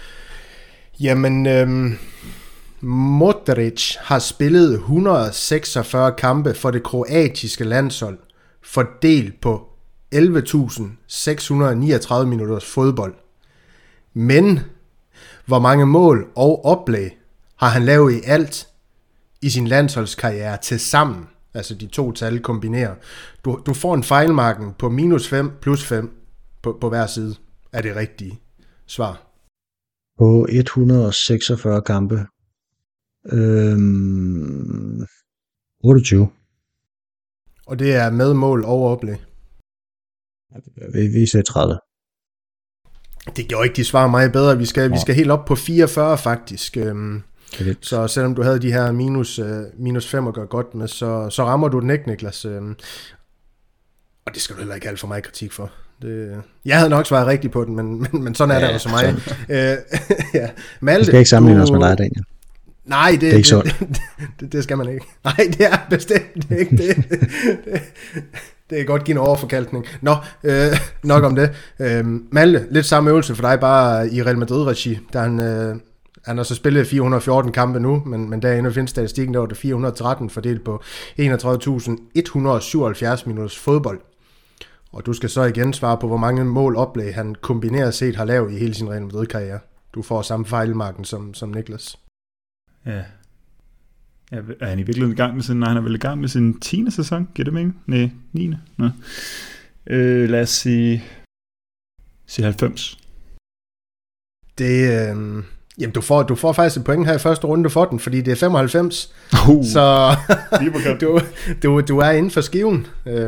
[SPEAKER 1] Jamen, Modric har spillet 146 kampe for det kroatiske landshold, fordelt på 11.639 minutters fodbold. Men hvor mange mål og oplæg har han lavet i alt i sin landsholdskarriere til sammen? Altså de to tal kombinerer. Du får en fejlmarken på -5 +5 på hver side af det rigtige svar.
[SPEAKER 2] På 146 kampe. 28.
[SPEAKER 1] Og det er med mål og oplæg.
[SPEAKER 2] Vi ser 30.
[SPEAKER 1] Det gjorde ikke de svar meget bedre. Vi skal helt op på 44 faktisk. Så selvom du havde de her minus 5 at gøre godt med, så rammer du den ikke, Niklas. Og det skal du heller ikke have for meget kritik for. Jeg havde nok svaret rigtigt på den, men sådan er det også mig. Ja. Malte,
[SPEAKER 2] vi skal ikke sammenligne os med dig, Daniel.
[SPEAKER 1] Nej,
[SPEAKER 2] det er ikke sådan.
[SPEAKER 1] Det skal man ikke. Nej, det er bestemt ikke det. Det er godt give en overforkalkning. Nå, nok om det. Malte, lidt samme øvelse for dig, bare i Real Madrid-regi. Han har så spillet 414 kampe nu, men derinde findes statistikken, der var det 413 fordelt på 31.177 minutters fodbold. Og du skal så igen svare på, hvor mange mål oplæg han kombineret set har lavet i hele sin Real Madrid-karriere. Du får samme fejlmarken som Niklas.
[SPEAKER 3] Ja. Er han i virkeligheden i gang med han er vel i gang med sin 10. sæson? Giver det mening? Nej, 9. Nå. Lad os sige 90.
[SPEAKER 1] Det, jamen, du får faktisk et point her i første runde for den, fordi det er 95. Så du er inden for skiven.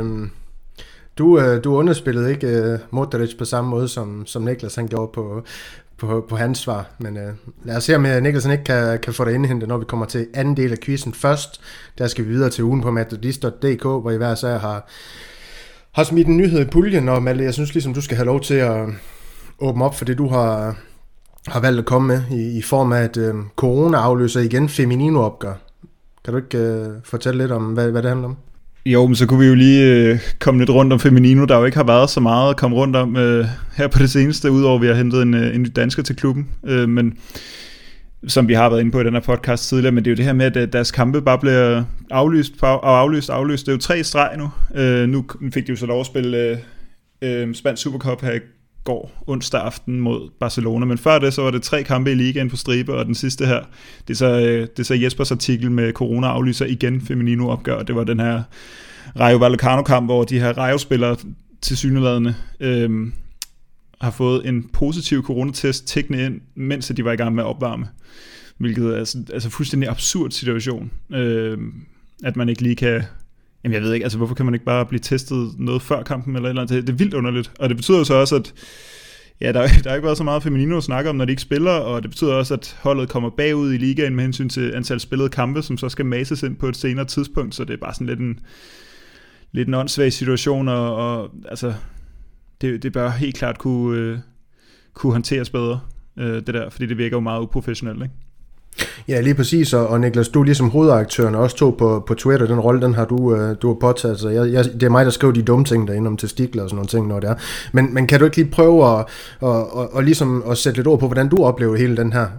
[SPEAKER 1] Du underspillede ikke Modric på samme måde, som Niklas han gjorde på hans svar. Men lad os se, om Niklas ikke kan få det indhentet, når vi kommer til anden del af quizzen. Først, der skal vi videre til ugen på madridist.dk, hvor I hver sag har smidt en nyhed i puljen. Og Malte, jeg synes ligesom, du skal have lov til at åbne op for det, du har valgt at komme med i form af, at corona afløser igen Femenino-opgør. Kan du ikke fortælle lidt om, hvad det handler om?
[SPEAKER 3] Jo, men så kunne vi jo lige komme lidt rundt om Femenino, der jo ikke har været så meget at komme rundt om her på det seneste, udover at vi har hentet en ny dansker til klubben. Men som vi har været inde på i den her podcast tidligere, men det er jo det her med, at deres kampe bare bliver aflyst. Det er jo 3 streg nu. Nu fik de jo så lov at spille Spansk Supercup her i går, onsdag aften mod Barcelona, men før det, så var det 3 kampe i ligaen på stribe, og den sidste her, det er så Jespers artikel med corona aflyser igen Femenino opgør, det var den her Rayo Vallecano-kamp, hvor de her Rayo-spillere tilsyneladende har fået en positiv coronatest tækkende ind, mens de var i gang med at opvarme, hvilket er altså fuldstændig absurd situation, at man ikke lige kan. Jamen jeg ved ikke, altså hvorfor kan man ikke bare blive testet noget før kampen eller et eller andet? Det er vildt underligt, og det betyder jo så også, at ja, der har ikke været så meget Femenino at snakke om, når de ikke spiller, og det betyder også, at holdet kommer bagud i ligaen med hensyn til antal spillede kampe, som så skal mases ind på et senere tidspunkt, så det er bare sådan lidt en åndssvag situation, og altså det bør helt klart kunne håndteres bedre, det der, fordi det virker jo meget uprofessionelt, ikke?
[SPEAKER 1] Ja, lige præcis, og Niklas, du er ligesom hovedaktøren, og også tog på Twitter, den rolle, den har du har påtaget, så det er mig, der skriver de dumme ting derinde om testikler og sådan nogle ting, når det er. Men kan du ikke lige prøve at ligesom at sætte lidt ord på, hvordan du oplever hele den her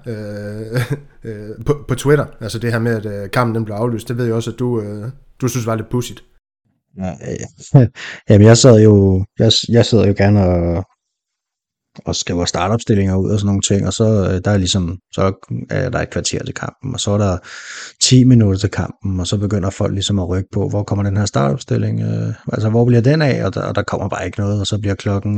[SPEAKER 1] på Twitter, altså det her med, at kampen den blev aflyst, det ved jeg også, at du synes var lidt pudsigt.
[SPEAKER 2] Jamen jeg sidder jo gerne og skriver startopstillinger ud og sådan nogle ting, og så er der et kvarter til kampen, og så er der 10 minutter til kampen, og så begynder folk ligesom at rykke på, hvor kommer den her startopstilling, altså hvor bliver den af, og der kommer bare ikke noget, og så bliver klokken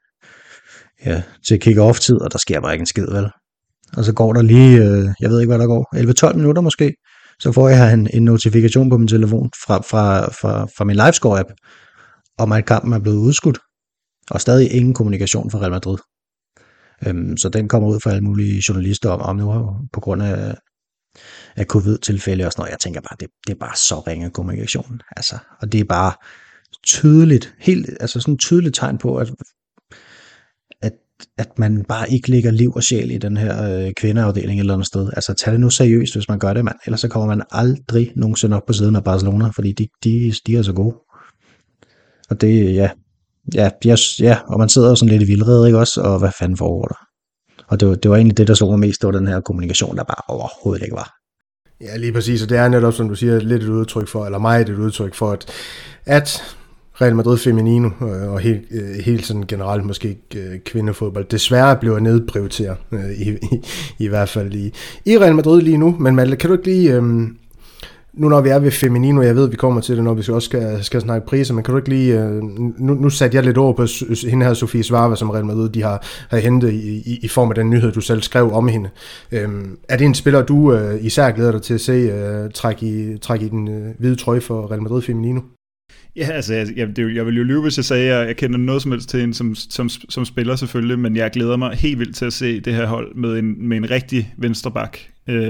[SPEAKER 2] til kick-off-tid, og der sker bare ikke en skid, vel? Og så går der lige, jeg ved ikke hvad der går, 11-12 minutter måske, så får jeg en notifikation på min telefon fra min livescore-app, om at kampen er blevet udskudt, og stadig ingen kommunikation fra Real Madrid. Så den kommer ud fra alle mulige journalister om nu på grund af covid-tilfælde og sådan noget. Jeg tænker bare, det er bare så ringe kommunikation. Altså, og det er bare tydeligt, sådan et tydeligt tegn på, at man bare ikke lægger liv og sjæl i den her kvindeafdeling et eller andet sted. Altså tag det nu seriøst, hvis man gør det, mand. Ellers så kommer man aldrig nogensinde op på siden af Barcelona, fordi de er så gode. Og det, og man sidder jo sådan lidt i vildrede, ikke også? Og hvad fanden foregår der? Og det var egentlig det, der så mig mest, det var den her kommunikation, der bare overhovedet ikke var.
[SPEAKER 1] Ja, lige præcis, og det er netop, som du siger, lidt et udtryk for, eller meget et udtryk for, at Real Madrid Femenino, og helt sådan generelt måske kvindefodbold, desværre bliver nedprioriteret, i hvert fald i Real Madrid lige nu. Men Malte, kan du ikke lige, nu når vi er ved Femenino, jeg ved, at vi kommer til det, når vi også skal snakke priser, men kan du ikke lige, nu satte jeg lidt over på hende her, Sofie Svarva, som Real Madrid, de har hentet i form af den nyhed, du selv skrev om hende. Er det en spiller, du især glæder dig til at se trække i den hvide trøje for Real Madrid Femenino?
[SPEAKER 3] Ja, altså, jeg vil jo lyve, hvis jeg sagde, at jeg kender noget som helst til hende som spiller selvfølgelig, men jeg glæder mig helt vildt til at se det her hold med en rigtig venstreback.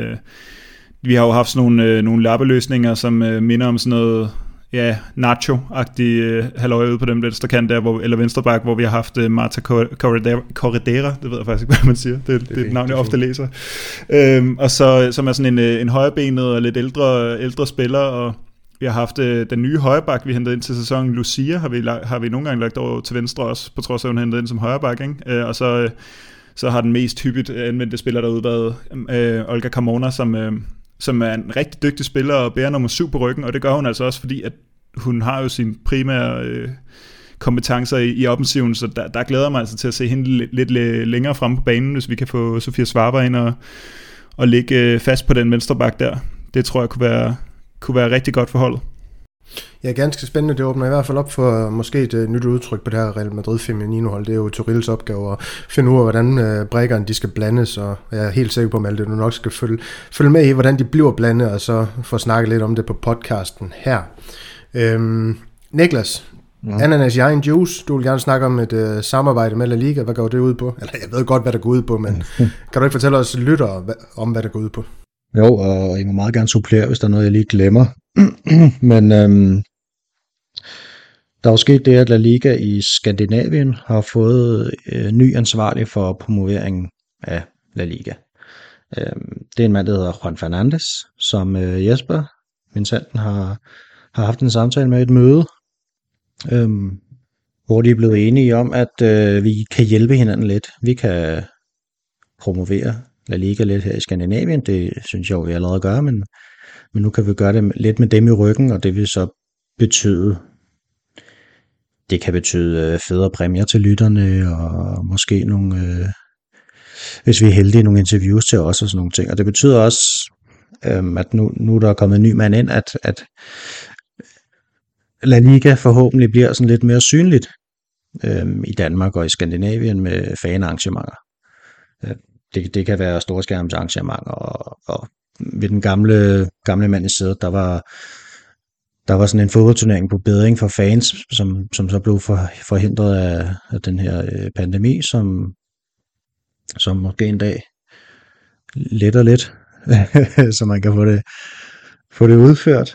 [SPEAKER 3] Vi har jo haft sådan nogle lappeløsninger, som minder om sådan noget, ja, Nacho-agtig halløj ude på den venstre kant der, eller venstreback, hvor vi har haft Marta Corredera, det ved jeg faktisk ikke, hvad man siger, det er et navn, jeg ofte læser, og så, som er sådan en højrebenet og lidt ældre spiller, og vi har haft den nye højreback, vi hentede ind til sæsonen, Lucia, har vi nogle gange lagt over til venstre også, på trods af, at hun hentede ind som højreback, ikke? Og så har den mest hyppigt anvendte spiller derude været Olga Carmona, som er en rigtig dygtig spiller og bærer nummer 7 på ryggen, og det gør hun altså også, fordi at hun har jo sine primære kompetencer i offensiven, så der glæder mig altså til at se hende lidt længere fremme på banen, hvis vi kan få Sofia Svarva ind og ligge fast på den venstreback der. Det tror jeg kunne være rigtig godt for holdet.
[SPEAKER 1] Ja, ganske spændende. Det åbner i hvert fald op for måske et nyt udtryk på det her Real Madrid Femenino-hold. Det er jo Torils opgave at finde ud af, hvordan brækkerne de skal blandes, og jeg er helt sikker på, at du nok skal følge med i, hvordan de bliver blandet, og så få snakket lidt om det på podcasten her. Niklas, Ananas i egen juice. Du vil gerne snakke om et samarbejde med La Liga. Hvad går det ud på? Eller jeg ved godt, hvad det går ud på, men kan du ikke fortælle os lyttere om, hvad det går ud på?
[SPEAKER 2] Jo, og jeg må meget gerne supplere, hvis der er noget, jeg lige glemmer. Men der er jo sket det, at La Liga i Skandinavien har fået ny ansvarlig for promoveringen af La Liga. Det er en mand, der hedder Juan Fernandes, som Jesper, min sanden, har haft en samtale med et møde, hvor de er blevet enige om, at vi kan hjælpe hinanden lidt. Vi kan promovere La Liga lidt her i Skandinavien. Det synes jeg jo, vi allerede gør, men nu kan vi gøre det lidt med dem i ryggen, og det vil så betyde, det kan betyde federe præmier til lytterne, og måske nogle, hvis vi er heldige, nogle interviews til os og sådan nogle ting. Og det betyder også, at nu der er kommet en ny mand ind, at La Liga forhåbentlig bliver sådan lidt mere synligt i Danmark og i Skandinavien med fanarrangementer. Det kan være storskærmsarrangementer, og ved den gamle mand i sædet, der var sådan en fodboldturnering på bedring for fans, som så blev forhindret af den her pandemi, som måske en dag letter lidt, så man kan få det udført.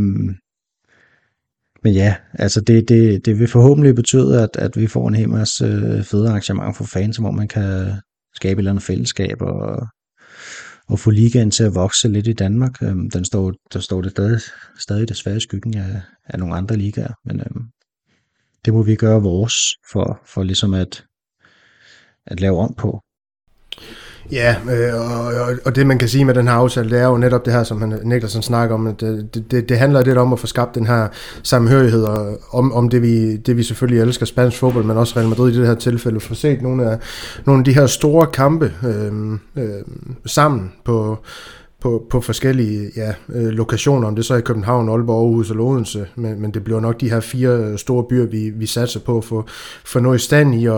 [SPEAKER 2] Men ja, altså det vil forhåbentlig betyde, at vi får en hel masse fede arrangementer for fans, hvor man kan skabe et eller andet fællesskab og få ligaen til at vokse lidt i Danmark. Der står det stadig desværre i skyggen af nogle andre ligaer, men det må vi gøre vores for ligesom at lave om på.
[SPEAKER 1] Ja, og det man kan sige med den her aftale, det er jo netop det her, som Niklas snakker om, at det handler lidt om at få skabt den her samhørighed, og om det vi selvfølgelig elsker, spansk fodbold, men også Real Madrid i det her tilfælde, få set nogle af de her store kampe sammen på forskellige lokationer, om det så er i København, Aalborg, Aarhus og Odense, men det bliver nok de her 4 store byer, vi satser på at få noget i stand i,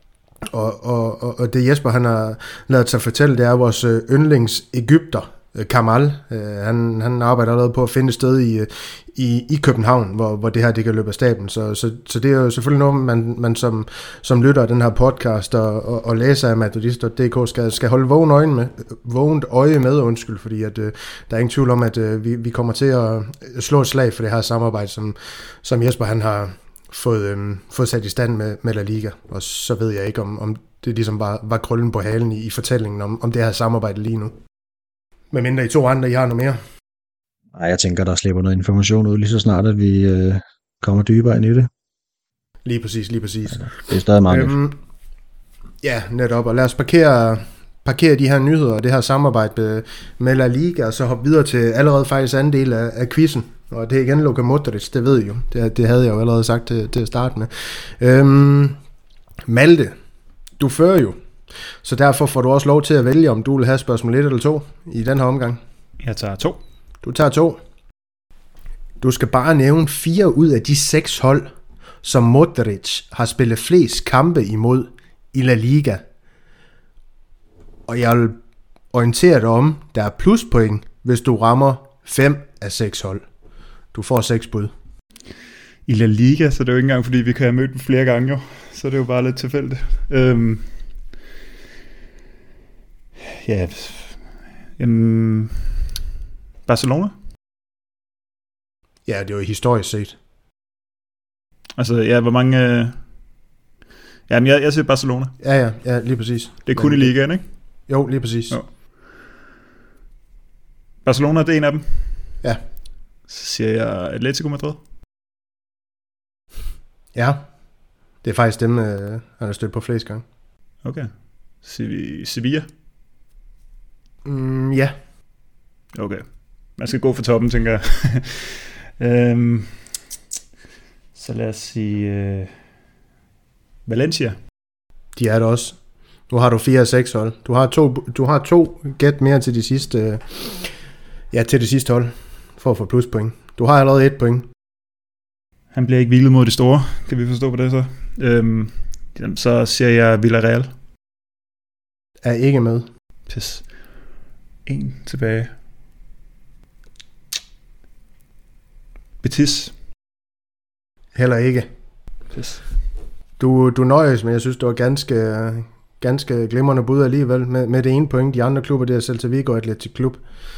[SPEAKER 1] og det Jesper han har lavet sig fortælle, det er vores yndlings Egypter, Kamal. Han arbejder allerede på at finde et sted i København, hvor det her det kan løbe af stablen. Så det er jo selvfølgelig noget, man som lytter af den her podcast og læser af Madridist.dk skal holde vågent øje med, fordi at, der er ingen tvivl om, at vi kommer til at slå et slag for det her samarbejde, som Jesper han har fået sat i stand med La Liga, og så ved jeg ikke, om det ligesom var krøllen på halen i fortællingen om det her samarbejde lige nu. Men mindre I 2 andre, I har noget mere?
[SPEAKER 2] Nej, jeg tænker, der slipper noget information ud lige så snart, at vi kommer dybere ind i det.
[SPEAKER 1] Lige præcis. Ja,
[SPEAKER 2] det er stadig meget
[SPEAKER 1] ja, netop, og lad os parkere de her nyheder og det her samarbejde med La Liga, og så hoppe videre til allerede faktisk anden del af quizzen. Og det er igen Luka Modric, det ved I jo. Det havde jeg jo allerede sagt til at starte med. Malte, du fører jo. Så derfor får du også lov til at vælge, om du vil have spørgsmål 1 eller 2 i den her omgang.
[SPEAKER 3] Jeg tager 2.
[SPEAKER 1] Du tager 2. Du skal bare nævne 4 ud af de 6 hold, som Modric har spillet flest kampe imod i La Liga. Og jeg vil orientere dig om, der er pluspoint, hvis du rammer 5 af 6 hold. Du får 6 bud.
[SPEAKER 3] I La Liga, så det er jo ikke engang, fordi vi kan have mødt dem flere gange jo. Så det er jo bare lidt tilfældigt. Barcelona?
[SPEAKER 1] Ja, det er jo historisk set.
[SPEAKER 3] Altså, ja, hvor mange... Jamen, jeg siger Barcelona.
[SPEAKER 1] Ja, lige præcis.
[SPEAKER 3] Det er kun i ligaen, ikke?
[SPEAKER 1] Jo, lige præcis. Jo.
[SPEAKER 3] Barcelona, det er en af dem.
[SPEAKER 1] Ja.
[SPEAKER 3] Så siger jeg Atletico Madrid.
[SPEAKER 1] Ja, det er faktisk dem, han har stødt på flest gange.
[SPEAKER 3] Okay. Så siger vi Sevilla.
[SPEAKER 1] Ja.
[SPEAKER 3] Okay. Man skal gå for toppen, tænker jeg. Så lad os sige Valencia.
[SPEAKER 1] De er det også. Nu har du 4 af 6 hold. Du har to gæt mere til de sidste til det sidste hold for at få pluspoint. Du har allerede 1 point.
[SPEAKER 3] Han bliver ikke hvilet mod det store. Kan vi forstå på det så? Så siger jeg Villarreal.
[SPEAKER 1] Er ikke med.
[SPEAKER 3] Pis. 1 tilbage. Betis.
[SPEAKER 1] Heller ikke.
[SPEAKER 3] Pis.
[SPEAKER 1] Du nøjes, men jeg synes, det var ganske glimrende bud alligevel med det ene point. De andre klubber, det er Celta Vigo og Athletic Klub.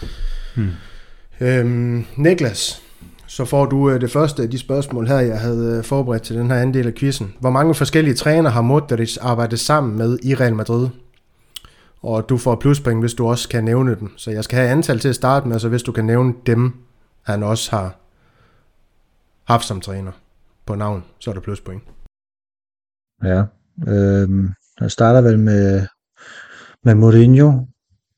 [SPEAKER 1] Niklas, så får du det første af de spørgsmål her, jeg havde forberedt til den her anden del af quizzen. Hvor mange forskellige træner har Modric arbejdet sammen med i Real Madrid? Og du får pluspoint, hvis du også kan nævne dem. Så jeg skal have antal til at starte med, så hvis du kan nævne dem, han også har haft som træner på navn, så er der pluspoint.
[SPEAKER 2] Ja, jeg starter vel med Mourinho,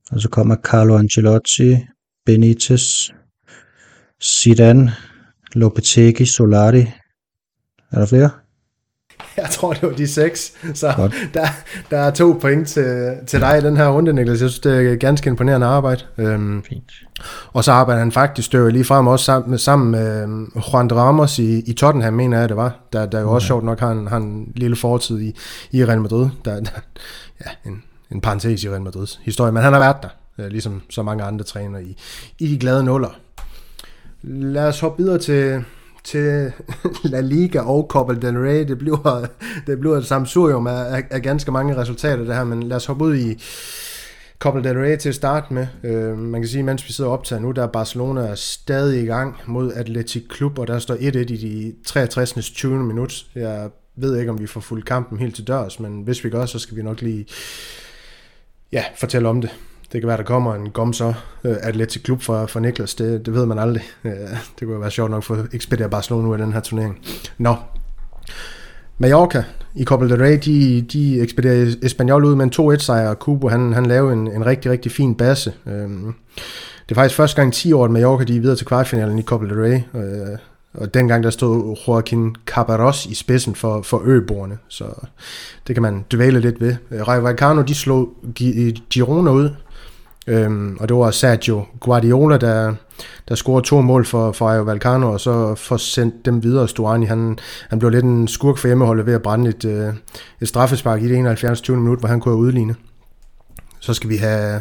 [SPEAKER 2] Og så kommer Carlo Ancelotti, Benitez, Zidane, Lopetegui, Solari. Er der flere?
[SPEAKER 1] Jeg tror, det var de 6. Så der er 2 point til dig i den her runde, Niklas. Jeg synes, det er ganske imponerende arbejde.
[SPEAKER 2] Fint.
[SPEAKER 1] Og så arbejder han faktisk lige frem også sammen med Juan Ramos i Tottenham, mener jeg det var. Der jo også sjovt nok har en lille fortid i Real Madrid. En parentes i Real Madrids historie, men han har været der, ligesom så mange andre trænere i de glade nuller. Lad os hoppe videre til La Liga og Copa del Rey. Det bliver et sammensurium af ganske mange resultater det her, men lad os hoppe ud i Copa del Rey til at starte med. Man kan sige, mens vi sidder og optager nu, der er Barcelona stadig i gang mod Athletic Club, og der står 1-1 i de 63. 20. minut. Jeg ved ikke, om vi får fuldt kampen helt til dørs, men hvis vi gør, så skal vi nok lige fortælle om det. Det kan være, der kommer en gomser Athletic Club fra Niklas. Det ved man aldrig. Det kunne være sjovt nok for ekspedere Barcelona ud af den her turnering. Nå. Mallorca i Copa del Rey, de ekspederer Espanyol ud med en 2-1 sejr, og Kubo, han lavede en rigtig, rigtig fin basse. Det er faktisk første gang i 10 år, at Mallorca de er videre til kvartfinalen i Copa del Rey, og dengang der stod Joaquín Caparrós i spidsen for øboerne, så det kan man dvæle lidt ved. Rayo Vallecano, de slog Girona ud, og det var Sergio Guardiola, der scorede 2 mål for Rayo Vallecano, og så får sendt dem videre. Stuani, han blev lidt en skurk for hjemmeholdet ved at brænde et straffespark i det 71. 20. minut, hvor han kunne udligne. Så skal vi have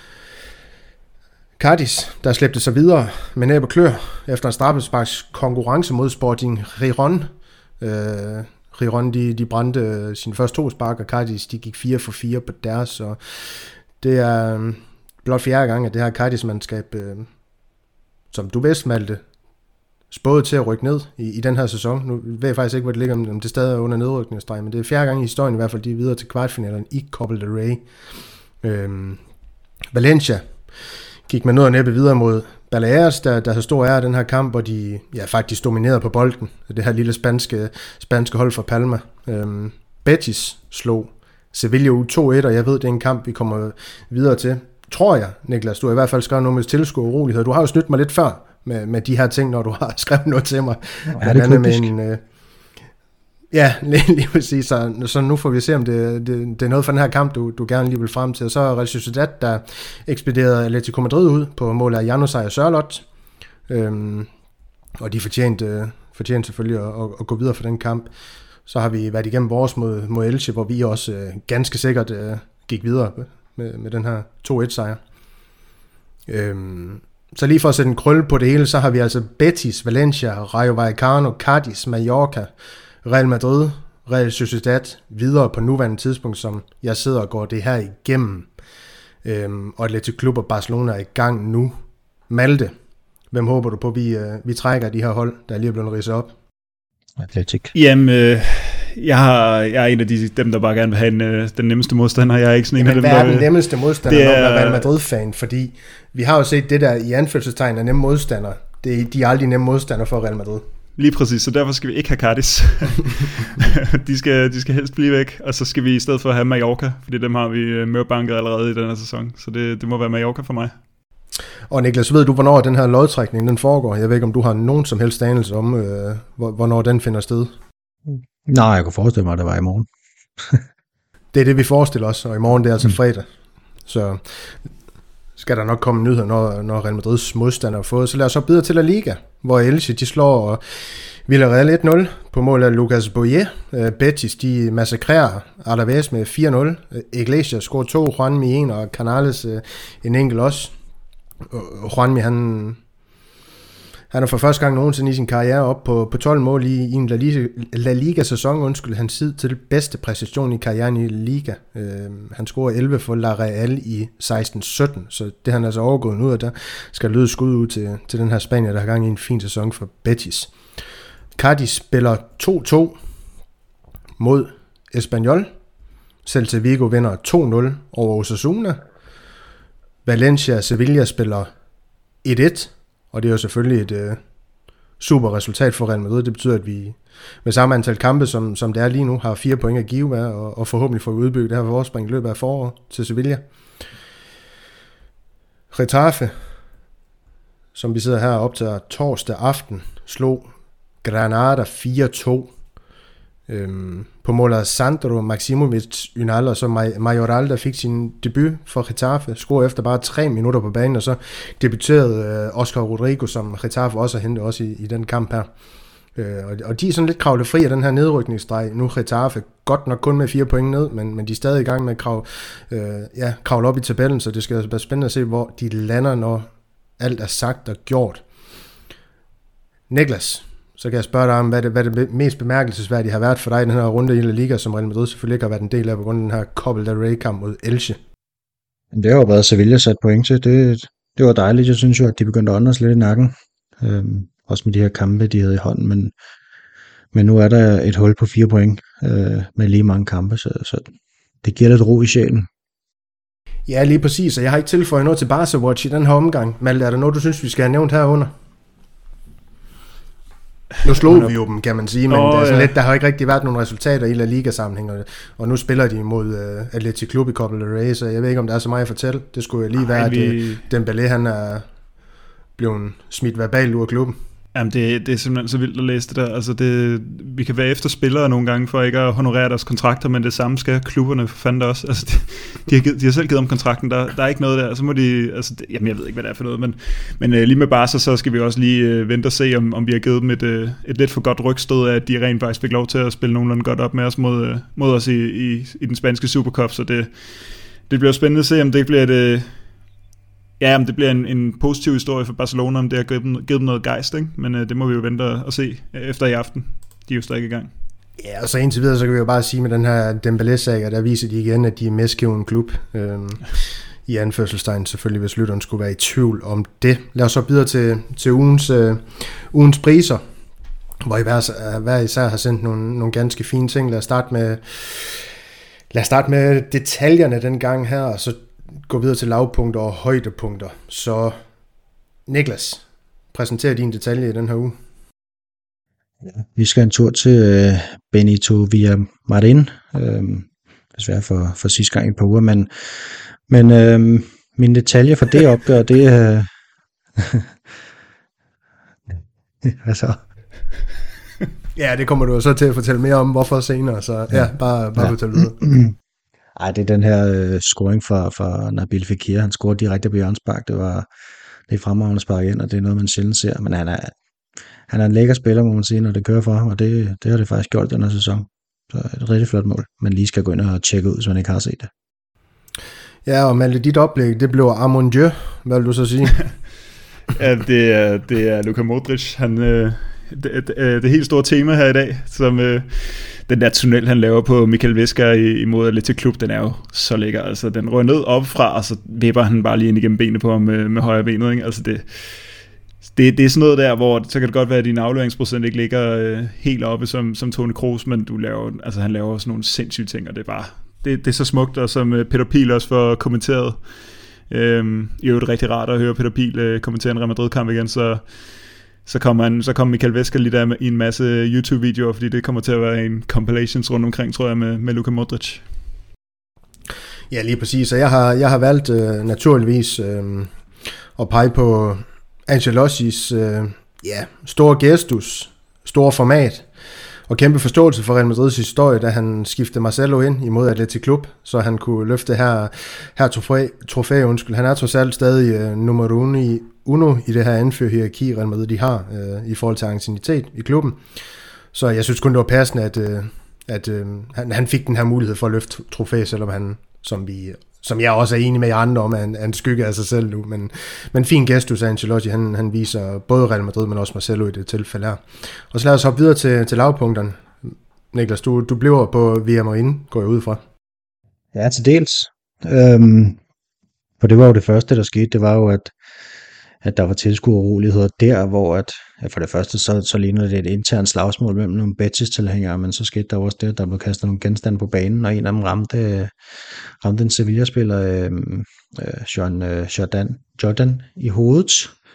[SPEAKER 1] Cadiz, der slæbte sig videre med næb og klør efter en straffesparks konkurrence mod Sporting Gijón. Gijón, de brændte sine første 2 spark, og Cadiz, de gik 4 for 4 på deres, så det er blot 4. gang, at det her Cadiz-mandskab, som du vidste, Malte, spået til at rykke ned i den her sæson. Nu ved jeg faktisk ikke, hvor det ligger, om det stadig er under nedrykningsstreg, men det er 4. gang i historien i hvert fald, de er videre til kvartfinalen i Copa del Rey. Valencia gik man ned og næppe videre mod Baleares, der havde stor ære af den her kamp, hvor de faktisk dominerede på bolden. Det her lille spanske hold fra Palma. Betis slog Sevilla ud 2-1, og jeg ved, det er en kamp, vi kommer videre til. Tror jeg, Niklas, du har i hvert fald skrevet noget med tilskuer og urolighed. Du har jo snydt mig lidt før med de her ting, når du har skrevet noget til mig.
[SPEAKER 2] Ja, det er kryptisk.
[SPEAKER 1] Ja, lige præcis. Så nu får vi se, om det er noget for den her kamp, du gerne lige vil frem til. Og så er Real Sociedad, der ekspederede Atletico Madrid ud på mål af Januzaj og Sørloth. Og de fortjente selvfølgelig at gå videre for den kamp. Så har vi været igennem vores mod Elche, hvor vi også ganske sikkert gik videre med den her 2-1-sejr. Så lige for at sætte en krølle på det hele, så har vi altså Betis, Valencia, Rayo Vallecano, Cadiz, Mallorca, Real Madrid, Real Sociedad videre på nuværende tidspunkt, som jeg sidder og går det her igennem. Og Athletic Club og Barcelona er i gang nu. Malte, hvem håber du på, vi trækker de her hold, der er lige blevet ridset op?
[SPEAKER 2] Athletic.
[SPEAKER 3] Jamen, jeg er en af dem, der bare gerne vil have den nemmeste modstander. Jeg er ikke sådan en af dem,
[SPEAKER 1] hvad er den nemmeste modstander, når man er Real Madrid-fan? Fordi vi har jo set det der i anførselstegn af nemme modstandere. De er aldrig nemme modstandere for Real Madrid.
[SPEAKER 3] Lige præcis, så derfor skal vi ikke have Cadiz. de skal helst blive væk, og så skal vi i stedet for have Mallorca, fordi dem har vi mørbanket allerede i den her sæson. Så det må være Mallorca for mig.
[SPEAKER 1] Og Niklas, ved du, hvornår den her lodtrækning den foregår? Jeg ved ikke, om du har nogen som helst anelse om, hvornår den finder sted.
[SPEAKER 2] Nej, jeg kunne forestille mig, at det var i morgen.
[SPEAKER 1] Det er det, vi forestiller os, og i morgen det er altså fredag. Så skal der nok komme nyheder, når Real Madrids modstander har fået. Så lad os så videre til La Liga, hvor Elche de slår Villarreal 1-0 på mål af Lucas Boyer. Betis de massakrerer Alaves med 4-0. Iglesias scorer 2, Juanmi 1 og Canales en enkelt også. Juanmi han er for første gang nogensinde i sin karriere op på 12 mål i en La Liga-sæson. Han tid til bedste præstation i karrieren i La Liga. Han scorer 11 for La Real i 16-17, så det han altså overgået nu, og der skal lyde skud ud til den her Spanier, der har gang i en fin sæson for Betis. Cadiz spiller 2-2 mod Espanyol. Celta Vigo vinder 2-0 over Osasuna. Valencia og Sevilla spiller 1-1, og det er jo selvfølgelig et super resultat for Real Madrid. Det betyder, at vi med samme antal kampe, som det er lige nu, har 4 point at give, og forhåbentlig får vi udbygget det her forspring i løbet af foråret til Sevilla. Getafe, som vi sidder her og optager torsdag aften, slog Granada 4-2. På målet Sandro Maximovic Ünal, og så Mayoral, der fik sin debut for Getafe, scorede efter bare 3 minutter på banen, og så debuterede Oscar Rodrigo, som Getafe også har hentet også i den kamp her. Og de er sådan lidt kravlet fri af den her nedrykningsstreg. Nu Getafe godt nok kun med 4 point ned, men de er stadig i gang med at kravle op i tabellen, så det skal være spændende at se, hvor de lander, når alt er sagt og gjort. Niklas, så kan jeg spørge dig om, hvad det mest bemærkelsesværdige har været for dig i den her runde i La Liga, som Real Madrid selvfølgelig ikke har været en del af på grund af den her Copa del Rey-kamp mod Elche.
[SPEAKER 2] Det har jo været Sevilla sat point til. Det var dejligt. Jeg synes jo, at de begyndte at ånde os lidt i nakken. Også med de her kampe, de havde i hånden. Men nu er der et hul på 4 point med lige mange kampe, så det giver lidt ro i sjælen.
[SPEAKER 1] Ja, lige præcis. Og jeg har ikke tilføjet noget til Barca Watch i den her omgang. Malte, er der noget, du synes, vi skal have nævnt herunder? Nu slog vi jo dem, kan man sige, men det er sådan lidt, der har ikke rigtig været nogle resultater i La Liga-sammenhæng, og nu spiller de mod Athletic Club i Copa del Rey, så jeg ved ikke, om der er så meget at fortælle. Det skulle lige være, at Dembélé, han er blevet smidt verbalt ud af klubben.
[SPEAKER 3] Jamen, det er simpelthen så vildt at læse det der. Altså vi kan være efter spillere nogle gange for ikke at honorere deres kontrakter, men det samme skal klubberne for fanden også. Altså, de har selv givet om kontrakten, der er ikke noget der. Så må de, altså, jamen jeg ved ikke, hvad det er for noget, men lige med Barca, så skal vi også lige vente og se, om vi har givet dem et lidt for godt rygstød, at de rent faktisk fik lov til at spille nogenlunde godt op med os mod os i den spanske Supercup, så det bliver spændende at se, om det bliver om det bliver en positiv historie for Barcelona, om det har givet dem noget gejst, ikke? Men det må vi jo vente og se efter i aften. De er jo stadig i gang.
[SPEAKER 1] Ja, og så indtil videre, så kan vi jo bare sige med den her Dembélé-sag, der viser de igen, at de er medskriven klub. I anførselstegn selvfølgelig, hvis lytteren skulle være i tvivl om det. Lad os så videre til ugens priser, hvor I hver især har sendt nogle ganske fine ting. Lad os starte med detaljerne den gang her, og så gå videre til lavpunkter og højdepunkter. Så Niklas, præsenter din detalje i den her uge.
[SPEAKER 2] Ja, vi skal en tur til Benito Villamarin, desværre for sidste gang i par uger, men min detalje for det opgør, det er... Hvad så?
[SPEAKER 1] Ja, det kommer du så til at fortælle mere om, hvorfor senere, så ja, bare fortæl videre.
[SPEAKER 2] Ej, det er den her scoring fra Nabil Fekir. Han scorede direkte på hjørnespark. Det er fremragende spark ind, og det er noget, man sjældent ser. Men han er en lækker spiller, må man sige, når det kører for ham, og det har det faktisk gjort den her sæson. Så et rigtig flot mål. Man lige skal gå ind og tjekke ud, hvis man ikke har set det. Ja,
[SPEAKER 1] og Malte, dit oplæg, det blev Mon Dieu. Hvad vil du så sige?
[SPEAKER 3] Ja, det er Luka Modric. Det helt store tema her i dag, som den der tunnel, han laver på Michael Vesca imod Athletic Club, den er jo så lækker. Altså, den rører ned opfra, og så vipper han bare lige ind igennem benet på ham med højre benet. Ikke? Altså, det er sådan noget der, hvor så kan det godt være, at din afleveringsprocent ikke ligger helt oppe som Toni Kroos, men han laver sådan nogle sindssyge ting, og det er bare det er så smukt, og som Peter Piel også får kommenteret. I øvrigt rigtig rart at høre Peter Piel kommentere en Real Madrid-kamp igen, så kommer Michael Vesca lige der i en masse YouTube-videoer, fordi det kommer til at være en compilations rundt omkring, tror jeg, med Luka Modric.
[SPEAKER 1] Ja, lige præcis. Og jeg har valgt naturligvis at pege på Ancelottis store gestus, store format og kæmpe forståelse for Real Madrids historie, da han skiftede Marcelo ind imod Athletic Club, så han kunne løfte her trofæ. Han er trods alt stadig nummer uno i det her anførhierarki, Real Madrid de har i forhold til anciennitet i klubben. Så jeg synes kun, det var passende, at han fik den her mulighed for at løfte trofæ, selvom han, som jeg også er enig med jer andre om, er en skygge af sig selv nu. Men fin gestus af Ancelotti, han viser både Real Madrid, men også Marcelo i det tilfælde her. Og så lad os hoppe videre til lavpunkterne. Niklas, du bliver på Villamarin, går jeg ud fra.
[SPEAKER 2] Ja, til dels. For det var jo det første, der skete. Det var jo, at der var tilskueroligheder der, hvor at for det første, så lignede det et internt slagsmål mellem nogle Betis-tilhængere, men så skete der også det, at der blev kastet nogle genstande på banen, og en af dem ramte en Sevilla-spiller, Jordan i hovedet.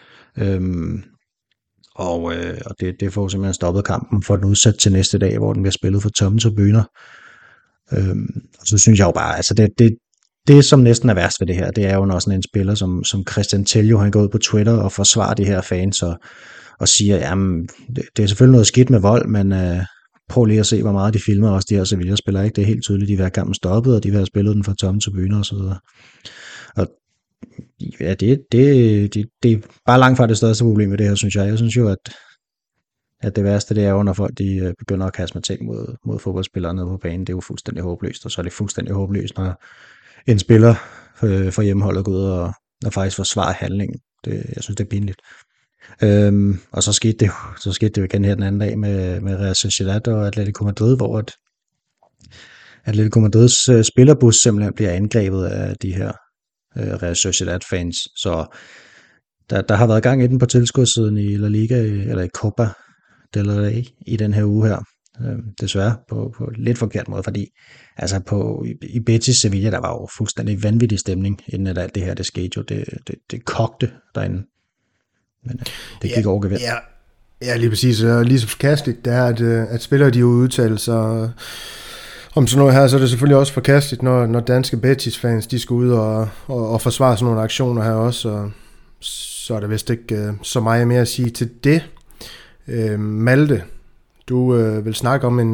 [SPEAKER 2] Og det får simpelthen stoppet kampen for den udsat til næste dag, hvor den bliver spillet for tomme tribuner. Og så synes jeg jo bare, altså det, som næsten er værst ved det her, det er jo, når sådan en spiller som Christian Teljo, han går ud på Twitter og forsvarer de her fans og siger, jamen, det er selvfølgelig noget skidt med vold, men prøv lige at se, hvor meget de filmer også, de her Sevilla-spillere, ikke? Det er helt tydeligt, de vil have kampen stoppet, og de vil have spillet den for tomme tribuner og så videre. Og ja, det er bare langt fra det største problem med det her, synes jeg. Jeg synes jo, at det værste, det er jo, når folk de begynder at kaste med ting mod fodboldspillere nede på banen. Det er jo fuldstændig håbløst, og så er det fuldstændig håbløst, når en spiller fra hjemmeholdet går ud og faktisk forsvarer handlingen. Jeg synes, det er pinligt. Og så skete det jo igen her den anden dag med Real Sociedad og Atletico Madrid, hvor Atletico Madrids spillerbus simpelthen bliver angrebet af de her Real Sociedad-fans. Så der har været gang i den på tilskudssiden i La Liga, eller i Copa del Rey i den her uge her. Desværre på lidt forkert måde, fordi altså i Betis Sevilla, der var jo fuldstændig vanvittig stemning, inden at alt det her, det skete jo. Det kogte derinde. Men det gik over gevind.
[SPEAKER 1] Ja, lige præcis. Og lige så forkasteligt, det er, at spillere de udtaler sig om sådan noget her, så er det selvfølgelig også forkasteligt, når danske Betis-fans, de skal ud og forsvare sådan nogle aktioner her også, og så er der vist ikke så meget mere at sige til det. Malte, du vil snakke om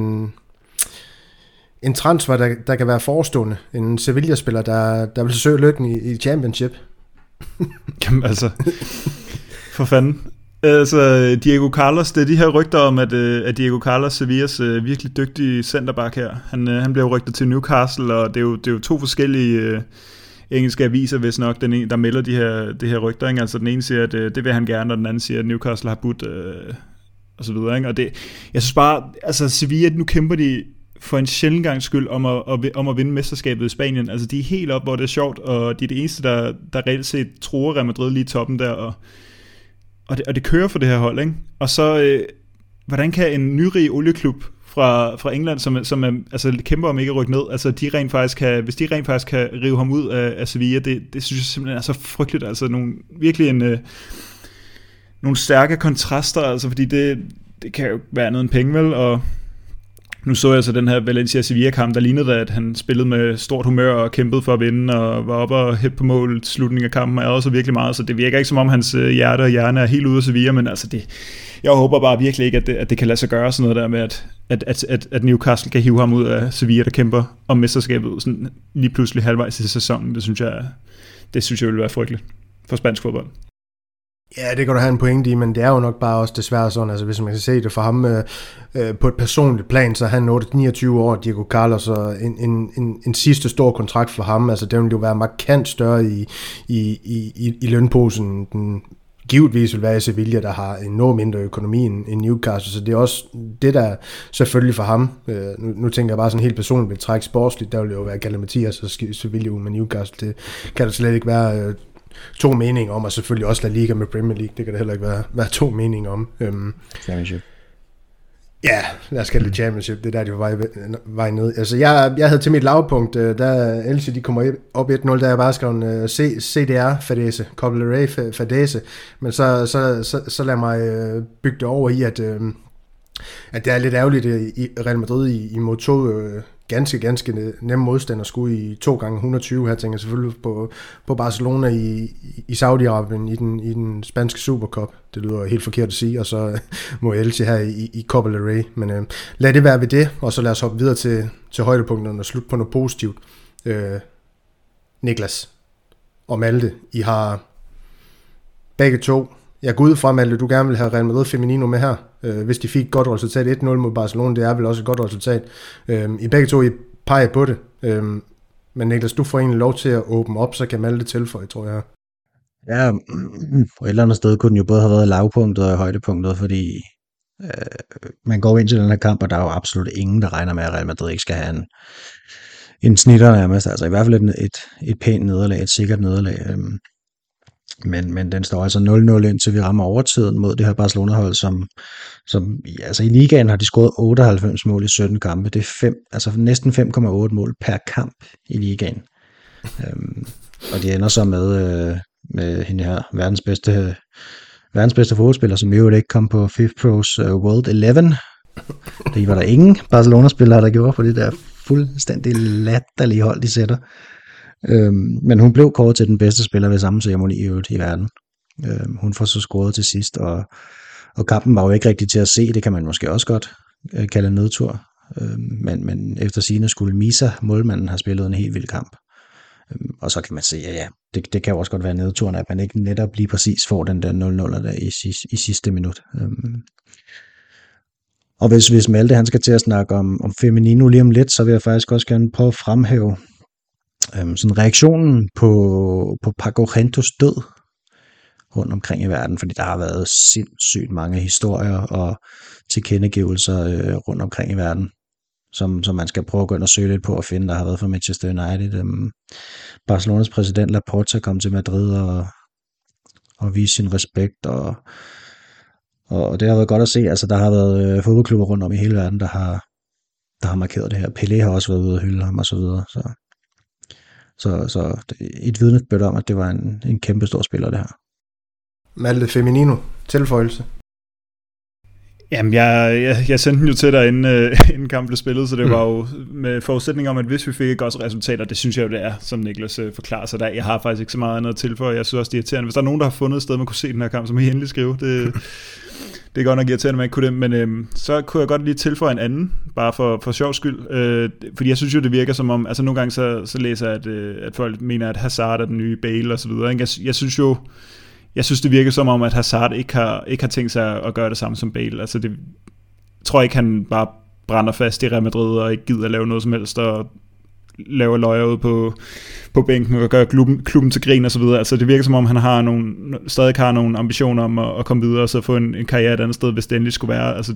[SPEAKER 1] en transfer, der kan være forestående. En Sevilla-spiller, der vil søge lykken i Championship.
[SPEAKER 3] Jamen altså, for fanden. Altså, Diego Carlos, det er de her rygter om, at Diego Carlos, Sevillas virkelig dygtige centerback her, han blev rygtet til Newcastle, og det er jo to forskellige engelske aviser, hvis nok, den ene, der melder det her rygter, ikke? Altså den ene siger, at det vil han gerne, og den anden siger, at Newcastle har budt, og så videre, ikke? Og jeg synes bare, altså Sevilla, nu kæmper de for en sjælden gangs skyld om at vinde mesterskabet i Spanien. Altså de er helt op, hvor det er sjovt, og de er det eneste, der reelt set tror Real Madrid lige i toppen der, og det kører for det her hold, ikke? Og så, hvordan kan en nyrig olieklub fra England, som er, altså, kæmper om ikke at rykke ned, altså hvis de rent faktisk kan rive ham ud af Sevilla, det synes jeg simpelthen er så frygteligt, altså virkelig nogle stærke kontraster, altså fordi det kan jo være andet end penge, vel, og nu så jeg så den her Valencia-Sevilla-kamp, der lignede, at han spillede med stort humør og kæmpede for at vinde, og var oppe og hæppe på mål til slutningen af kampen, og også virkelig meget, så det virker ikke som om hans hjerte og hjerne er helt ude af Sevilla, men altså jeg håber bare virkelig ikke, at det kan lade sig gøre sådan noget der med, at Newcastle kan hive ham ud af Sevilla, der kæmper om mesterskabet sådan lige pludselig halvvejs i sæsonen. Det synes jeg vil være frygteligt for spansk fodbold.
[SPEAKER 1] Ja, det kan du have en pointe i, men det er jo nok bare også desværre sådan, altså hvis man kan se det for ham på et personligt plan, så er han 29 år, Diego Carlos, og en sidste stor kontrakt for ham, altså det vil jo være markant større i lønposen, den givetvis vil være i Sevilla, der har enormt mindre økonomi end Newcastle, så det er også det, der selvfølgelig for ham. Nu tænker jeg bare sådan helt personligt ved træk sportsligt, der vil jo være Galle Mathias og Sevilla ud med Newcastle, det kan der slet ikke være to meninger om, og selvfølgelig også La Liga med Premier League, det kan der heller ikke være to meninger om.
[SPEAKER 2] Championship.
[SPEAKER 1] Ja, lad os kalde det Championship, det er der, de var vej ned. Altså, jeg havde til mit lavpunkt, da Elche de kommer op 1-0, der jeg bare skrev CDR Fadese, Copa Fadese, men så lad mig bygge det over i, at det er lidt ærgerligt i Real Madrid i mod to ganske nemme modstander skulle i 2 gange 120. Her tænker jeg selvfølgelig på Barcelona i Saudi-Arabien i den spanske Supercup. Det lyder helt forkert at sige, og så må Elche her i Copa del Rey. Men lad det være ved det, og så lad os hoppe videre til højdepunkterne og slutte på noget positivt. Niklas og Malte, I har begge to. Jeg går ud fra, Malte, du gerne vil have Real Madrid Femenino med her. Hvis de fik et godt resultat 1-0 mod Barcelona, det er vel også et godt resultat. I begge to, I peger på det. Men Niklas, du får egentlig lov til at åbne op, så kan Malte tilføje, tror jeg.
[SPEAKER 2] Ja, på et eller andet sted kunne den jo både have været lavpunktet og højdepunktet, fordi man går ind til den her kamp, og der er jo absolut ingen, der regner med, at Real Madrid ikke skal have en snitter nærmest. Altså i hvert fald et pænt nederlag, et sikkert nederlag. Men den står altså 0-0 indtil vi rammer overtiden mod det her Barcelona-hold, som altså i ligaen har de scoret 98 mål i 17 kampe. Det er næsten 5,8 mål per kamp i ligaen. Og de ender så med hende her verdens bedste fodboldspiller, som jo ikke kom på FIFPros World 11. Det var der ingen Barcelona-spillere, der gjorde på det der fuldstændig latterlige hold, de sætter. Men hun blev kåret til den bedste spiller ved samme ceremoni i verden. Hun får så scoret til sidst, og kampen var jo ikke rigtig til at se, det kan man måske også godt kalde en nedtur. Men efter sigende skulle Misa, målmanden, have spillet en helt vild kamp. Og så kan man se, ja, det kan jo også godt være nedturen, at man ikke netop lige præcis får den der 0-0'er der i sidste minut. Og hvis Malte han skal til at snakke om Femenino lige om lidt, så vil jeg faktisk også gerne prøve at fremhæve sådan reaktionen på Paco Gentos død rundt omkring i verden, fordi der har været sindssygt mange historier og tilkendegivelser rundt omkring i verden, som man skal prøve at gå ind og søge lidt på at finde. Der har været fra Manchester United. Barcelonas præsident Laporta kom til Madrid og vise sin respekt, og det har været godt at se. Altså, der har været fodboldklubber rundt om i hele verden, der har markeret det her. Pelé har også været ude og hylde ham og så videre. Så et vidnesbyrd om, at det var en kæmpe stor spiller, det her.
[SPEAKER 1] Malte, Femenino, tilføjelse.
[SPEAKER 3] Jamen, jeg sendte den jo til dig, inden kampen blev spillet, så det var jo med forudsætning om, at hvis vi fik et godt resultat, og det synes jeg jo, det er, som Niklas forklarer sig der. Jeg har faktisk ikke så meget andet at tilføje. Jeg synes også, det er irriterende. Hvis der er nogen, der har fundet et sted, man kunne se den her kamp, så må I endelig skrive. Det er godt nok irriterende, man ikke kunne det, men så kunne jeg godt lige tilføje en anden, bare for sjov skyld, fordi jeg synes jo, det virker som om, altså nogle gange så læser jeg, at folk mener, at Hazard er den nye Bale og så videre. Jeg synes, det virker som om, at Hazard ikke har tænkt sig at gøre det samme som Bale. Altså jeg tror ikke, han bare brænder fast i Real Madrid og ikke gider at lave noget som helst og laver løjer ud på bænken og gør klubben til grin og så videre. Altså det virker som om, han stadig har nogle ambitioner om at komme videre og så få en karriere et andet sted, hvis det endelig skulle være. Altså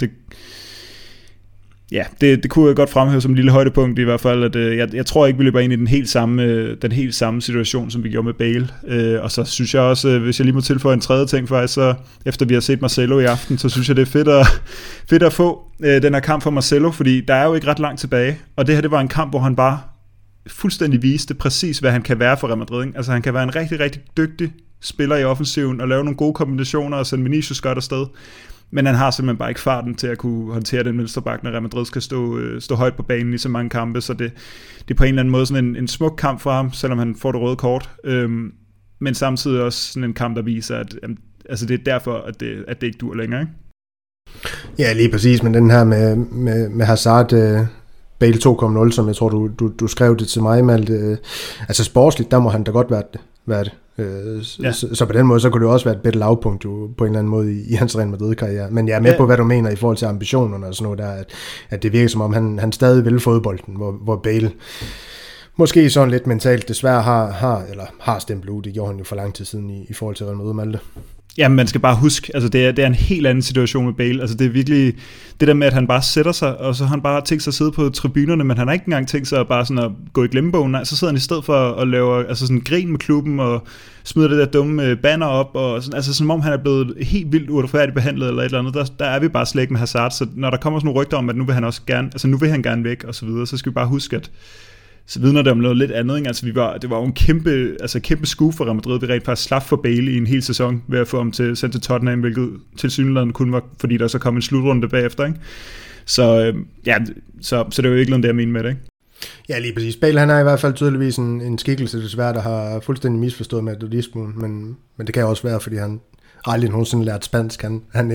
[SPEAKER 3] det kunne jeg godt fremhæve som et lille højdepunkt i hvert fald, at jeg tror ikke, vi løber ind i den helt samme situation, som vi gjorde med Bale. Og så synes jeg også, hvis jeg lige må tilføje en tredje ting faktisk, så efter vi har set Marcelo i aften, så synes jeg, det er fedt at få den her kamp for Marcelo, fordi der er jo ikke ret langt tilbage, og det her, det var en kamp, hvor han bare fuldstændig viste præcis, hvad han kan være for Real Madrid. Altså han kan være en rigtig, rigtig dygtig spiller i offensiven og lave nogle gode kombinationer og sende Vinicius godt afsted. Men han har simpelthen bare ikke farten til at kunne håndtere den venstreback, når Real Madrid skal stå højt på banen i så mange kampe, så det er på en eller anden måde sådan en smuk kamp for ham, selvom han får det røde kort, men samtidig også sådan en kamp, der viser, at altså det er derfor, at det ikke dur længere, ikke?
[SPEAKER 1] Ja, lige præcis, men den her med Hazard, Bale 2.0, som jeg tror, du skrev det til mig, Malte, altså sportsligt, der må han da godt være det. Så på den måde, så kunne det også være et bedre lavpunkt jo, på en eller anden måde i hans Real Madrid-karriere. Men jeg er med på, hvad du mener i forhold til ambitionerne og sådan noget der, at det virker som om, han stadig vil fodbolden, hvor Bale måske sådan lidt mentalt desværre har stemplet ud. Det gjorde han jo for lang tid siden i forhold til Real Madrid, Malte.
[SPEAKER 3] Ja, man skal bare huske, altså det er en helt anden situation med Bale. Altså det er virkelig det der med, at han bare sætter sig, og så har han bare tænkt sig at sidde på tribunerne, men han har ikke engang tænkt sig at bare sådan at gå i glemmebogen. Nej, så sidder han i stedet for at lave altså sådan grin med klubben og smider det der dumme banner op, og sådan, altså som om han er blevet helt vildt uretfærdigt behandlet eller et eller andet. Der er vi bare slet ikke med Hazard, så når der kommer sådan nogle rygter om, at nu vil han gerne væk og så videre, så skal vi bare huske, at så vidner det om noget lidt andet, ikke? Altså det var jo en kæmpe skue for Real Madrid. Vi rent faktisk slap for Bale i en hel sæson ved at få ham sendt til Tottenham, hvilket tilsyneladende kun var, fordi der så kom en slutrunde bagefter, ikke? Så det er jo ikke noget, det jeg mener med det, ikke?
[SPEAKER 1] Ja, lige præcis. Bale, han er i hvert fald tydeligvis en skikkelse, desværre, der har fuldstændig misforstået madridismen, men det kan også være, fordi han aldrig nogensinde lært spansk. Han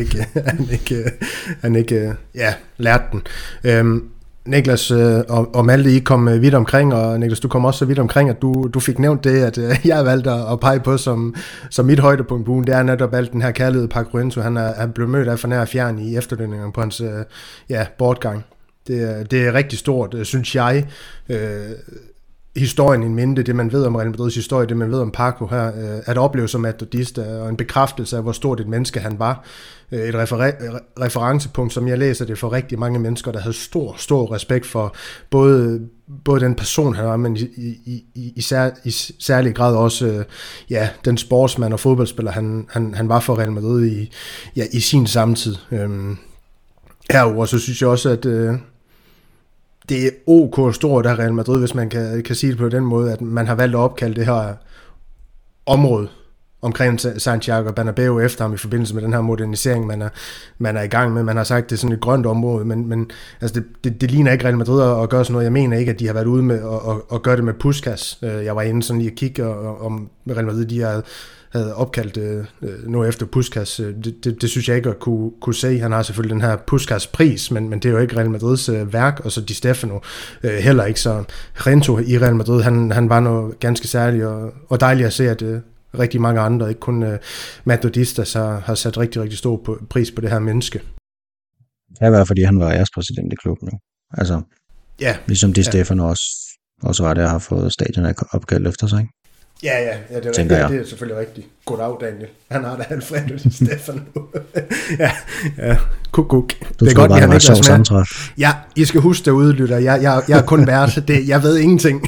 [SPEAKER 1] ikke lært den. Niklas og Malte, I kom vidt omkring, og Niklas, du kom også så vidt omkring, at du fik nævnt det, at jeg valgte at pege på som mit højdepunkt på ugen. Det er netop alt den her kærlighed Paco Gento. Han blev mødt af for nær fjern i efterlønningerne på hans bortgang. Det er rigtig stort, synes jeg. Historien i en minde, det man ved om Real Madrids historie, det man ved om Paco her, at opleve som madridista, og en bekræftelse af, hvor stort et menneske han var. Et referencepunkt, som jeg læser det for rigtig mange mennesker, der havde stor respekt for både den person han var, men i særlig grad også den sportsmand og fodboldspiller, han var for Real Madrid i sin samtid. Herover så synes jeg også, at det er OK stort af Real Madrid, hvis man kan sige det på den måde, at man har valgt at opkalde det her område omkring Santiago Bernabeu efter ham i forbindelse med den her modernisering, man er i gang med. Man har sagt, det er sådan et grønt område, men altså det ligner ikke Real Madrid at gøre sådan noget. Jeg mener ikke, at de har været ude med at gøre det med Puskas. Jeg var inde sådan lige at kigge, om Real Madrid de havde opkaldt noget efter Puskas. Det synes jeg ikke at kunne se. Han har selvfølgelig den her Puskas-pris, men det er jo ikke Real Madrids værk, og så Di Stefano heller ikke. Så Rento i Real Madrid, han var noget ganske særligt, og dejligt at se, at rigtig mange andre, ikke kun Madridistas, har sat rigtig, rigtig stor pris på det her menneske.
[SPEAKER 2] Det er i hvert fald, fordi han var ærespræsident i klubben nu. Altså,
[SPEAKER 1] ja,
[SPEAKER 2] ligesom Di Stefano også var det, at har fået stadion opkaldt efter sig, ikke?
[SPEAKER 1] Ja, det er selvfølgelig rigtigt. Goddag, Daniel. Han har da Alfredo Di Stefano. ja, kuk.
[SPEAKER 2] Det er godt, bare, han ikke var sammentræf.
[SPEAKER 1] Ja, I skal huske derude, lytter. Jeg er kun vært. Jeg ved ingenting.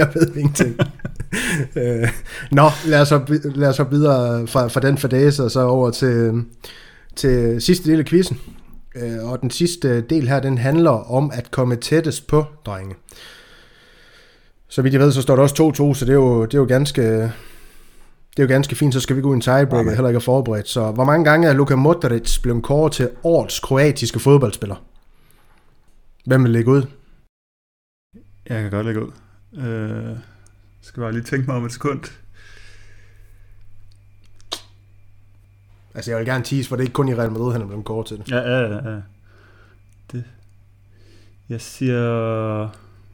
[SPEAKER 1] Nå, lad os hoppe videre fra den fadæse og så over til sidste del af quizzen. Og den sidste del her, den handler om at komme tættest på, drenge. Så vidt jeg ved, så står der også 2-2, så det er jo ganske fint. Så skal vi gå i en tiebreaker, heller ikke er forberedt. Så hvor mange gange er Luka Modric blevet kåret til årets kroatiske fodboldspiller? Hvem vil lægge ud?
[SPEAKER 3] Jeg kan godt lægge ud. Skal bare lige tænke mig om et sekund.
[SPEAKER 1] Altså jeg vil gerne tease, for det er ikke kun i Real Madrid, han er blevet kåret til det.
[SPEAKER 3] Ja. Det. Jeg siger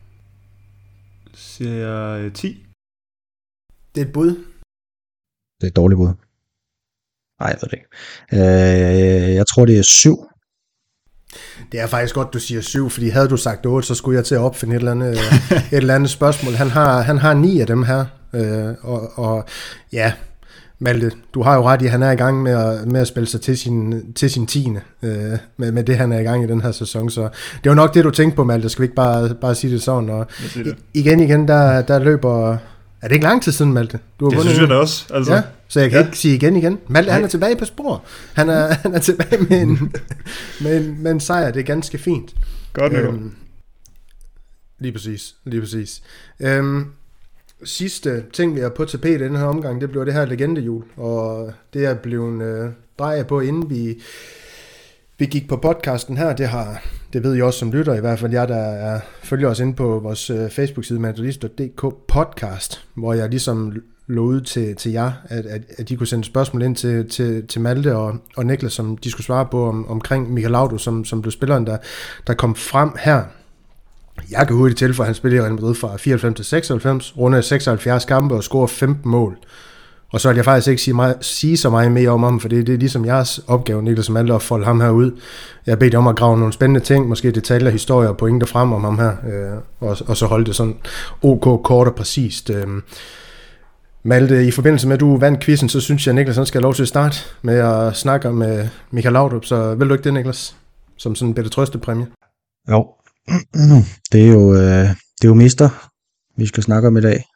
[SPEAKER 3] 10.
[SPEAKER 1] Det er et bud.
[SPEAKER 2] Det er et dårligt bud. Nej, jeg ved det ikke. Jeg tror, det er 7.
[SPEAKER 1] Det er faktisk godt, du siger 7, fordi havde du sagt 8, så skulle jeg til at opfinde et eller andet spørgsmål. Han har 9 af dem her, og ja, Malte, du har jo ret i, at han er i gang med at spille sig til sin 10. Med det, han er i gang i den her sæson. Så det var nok det, du tænkte på, Malte. Skal vi ikke bare sige det sådan? Og igen, der løber... Er det ikke lang tid siden, Malte?
[SPEAKER 3] Det synes jeg da også. Altså.
[SPEAKER 1] Ja, så jeg kan ikke sige igen. Malte, han er tilbage på spor. Han er tilbage med en sejr. Det er ganske fint.
[SPEAKER 3] Godt nok.
[SPEAKER 1] Lige præcis. Sidste ting, vi har på tapet i den her omgang, det blev det her legendehjul, og det er blevet drejet på, inden vi gik på podcasten her. Det ved jeg også som lytter, i hvert fald jeg, der følger os inde på vores Facebook-side, madridist.dk podcast, hvor jeg ligesom lå ud til jer, at de kunne sende spørgsmål ind til Malte og Niklas, som de skulle svare på omkring Michael Laudrup, som blev spilleren, der kom frem her. Jeg kan hurtigt tilføje, at han spillede i Real Madrid fra 94 til 96, runde 76 kampe og scorede 15 mål. Og så vil jeg faktisk ikke sige så meget mere om ham, for det er ligesom jeres opgave, Niklas, som alle, at folde ham her ud. Jeg har bedt om at grave nogle spændende ting, måske detaljer, historier og pointer frem om ham her, og så holde det sådan ok, kort og præcist. Malte, i forbindelse med, at du vandt quizzen, så synes jeg, Niklas han skal have lov til at starte med at snakke med Michael Laudrup. Så vil du ikke det, Niklas? Som sådan en bedre trøstepræmie?
[SPEAKER 2] Jo. Det er jo mister, vi skal snakke om i dag.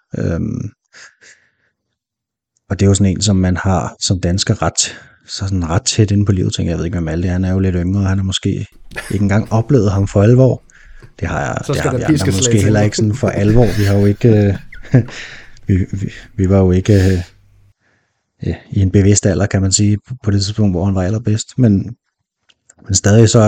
[SPEAKER 2] Og det er jo sådan en, som man har som dansker ret tæt inde på livet, tænker jeg. ved ikke, hvad Malte han er jo lidt yngre, han har måske ikke engang oplevet ham for alvor. Det har vi måske heller ikke sådan for alvor. Vi har jo ikke... vi var jo ikke i en bevidst alder, kan man sige, på det tidspunkt, hvor han var allerbedst. Men stadig så...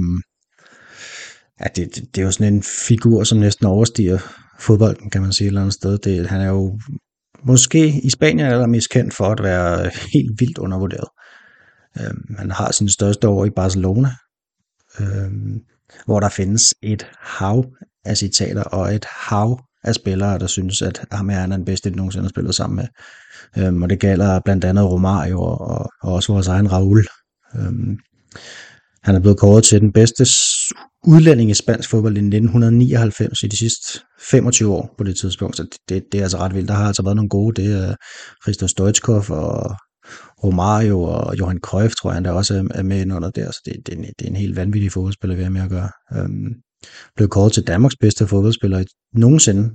[SPEAKER 2] det er jo sådan en figur, som næsten overstiger fodbolden, kan man sige, et eller andet sted. Han er jo måske i Spanien allermest kendt for at være helt vildt undervurderet. Han har sin største år i Barcelona, hvor der findes et hav af citater og et hav af spillere, der synes, at ham er den bedste, de nogensinde har spillet sammen med. Og det gælder blandt andet Romario og også vores egen Raúl. Han er blevet kåret til den bedste udlænding i spansk fodbold i 1999 i de sidste 25 år på det tidspunkt, så det er altså ret vildt. Der har altså været nogle gode, det er Hristo Stoichkov og Romario og Johan Cruyff, tror jeg, der også er med under der, så det er en helt vanvittig fodboldspiller, vi har med at gøre. Blev kåret til Danmarks bedste fodboldspiller nogensinde,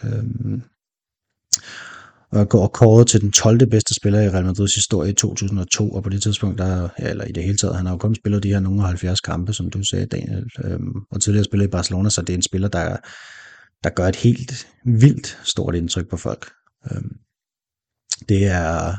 [SPEAKER 2] og går kåret til den 12. bedste spiller i Real Madrids historie i 2002, og på det tidspunkt, eller i det hele taget, han har jo kun spillet de her nogle 70 kampe, som du sagde, Daniel, og tidligere spillet i Barcelona, så det er en spiller, der gør et helt vildt stort indtryk på folk. Det er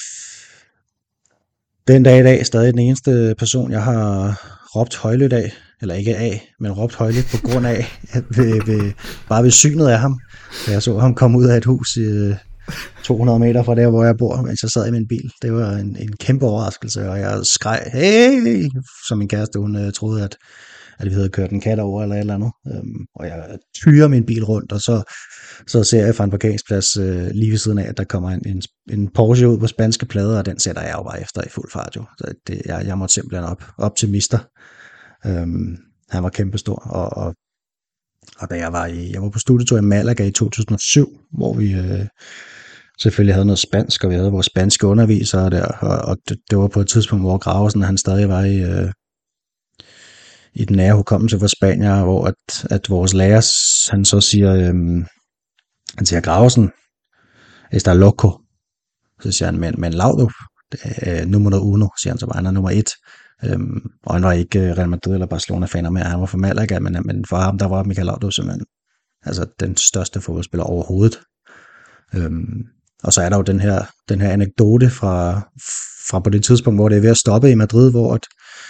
[SPEAKER 2] den dag i dag stadig den eneste person, jeg har råbt højlydt af, eller ikke af, men råbt højlydt på grund af, bare ved synet af ham. Jeg så ham komme ud af et hus 200 meter fra der, hvor jeg bor, mens jeg sad i min bil. Det var en kæmpe overraskelse, og jeg skreg, hey, som min kæreste, hun troede, at vi havde kørt en kat over eller et eller andet. Og jeg tyrer min bil rundt, og så ser jeg fra en parkeringsplads lige ved siden af, at der kommer en Porsche ud på spanske plader, og den sætter jeg jo bare efter i fuld fart. Jo. Så jeg måtte simpelthen op til mister. Han var kæmpestor, og da jeg var på studietur i Malaga i 2007, hvor vi selvfølgelig havde noget spansk, og vi havde vores spanske undervisere der, og det var på et tidspunkt, hvor Graversen, han stadig var i den nære hukommelse for Spanier, hvor at vores lærer, han så siger, han siger Graversen, está loco. Så siger han, men Laudrup, nummer 1, siger han så bare, han er nummer 1. Og han var ikke Real Madrid eller Barcelona-faner med, han var fra Malaga, men for ham, der var Michael Laudrup simpelthen altså den største fodboldspiller overhovedet. Og så er der jo den her anekdote fra på det tidspunkt, hvor det er ved at stoppe i Madrid, hvor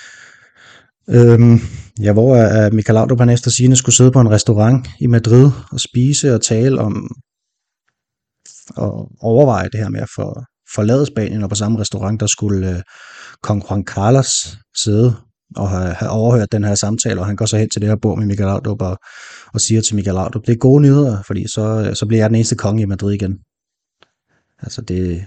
[SPEAKER 2] Michael Laudrup han efter sigende skulle sidde på en restaurant i Madrid og spise og tale om og overveje det her med at forlade Spanien, og på samme restaurant, der skulle kong Juan Carlos sidde og have overhørt den her samtale, og han går så hen til det her bord med Michael Laudrup og siger til Michael Laudrup, det er gode nyheder, fordi så bliver jeg den eneste konge i Madrid igen. Altså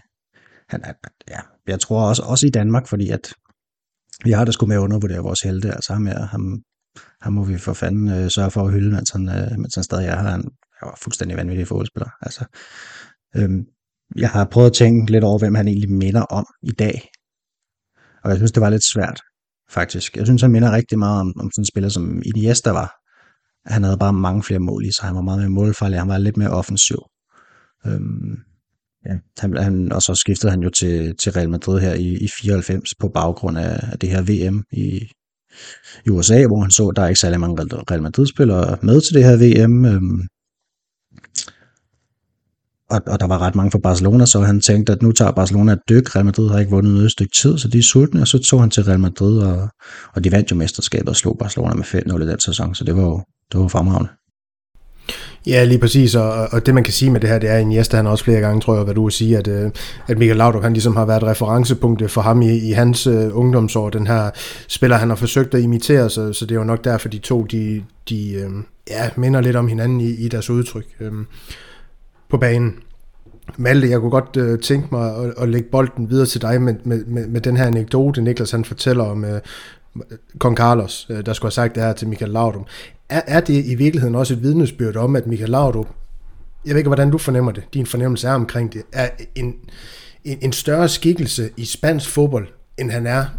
[SPEAKER 2] jeg tror også i Danmark, fordi at vi har det sgu med at undervurdere vores helte, altså ham må vi for fanden sørge for at hylde, mens han stadig er her. Han var fuldstændig vanvittig fodboldspiller. Altså, jeg har prøvet at tænke lidt over, hvem han egentlig minder om i dag, og jeg synes, det var lidt svært, faktisk. Jeg synes, han minder rigtig meget om sådan en spiller, som Iniesta var. Han havde bare mange flere mål i sig, han var meget mere målfarlig, han var lidt mere offensiv. Og så skiftede han jo til Real Madrid her i 94 på baggrund af det her VM i USA, hvor han så, der er ikke særlig mange Real Madrid-spillere med til det her VM. Og der var ret mange fra Barcelona, så han tænkte, at nu tager Barcelona et dyk. Real Madrid har ikke vundet noget stykke tid, så de er sultne, og så tog han til Real Madrid, og de vandt jo mesterskabet og slog Barcelona med 5-0 i den sæson, så det var fremragende.
[SPEAKER 1] Ja, lige præcis, og det man kan sige med det her, det er Iniesta, han også flere gange, tror jeg, hvad du vil sige, at Michael Laudrup, han ligesom har været referencepunktet for ham i hans ungdomsår, den her spiller, han har forsøgt at imitere, så det er jo nok derfor, de to, de minder lidt om hinanden i deres udtryk på banen. Malte, jeg kunne godt tænke mig at lægge bolden videre til dig med den her anekdote, Niklas han fortæller om kong Carlos, der skulle have sagt det her til Michael Laudrup. Er det i virkeligheden også et vidnesbyrd om, at Michael Laudrup, jeg ved ikke, hvordan du fornemmer det, din fornemmelse er omkring det, er en større skikkelse i spansk fodbold, end han er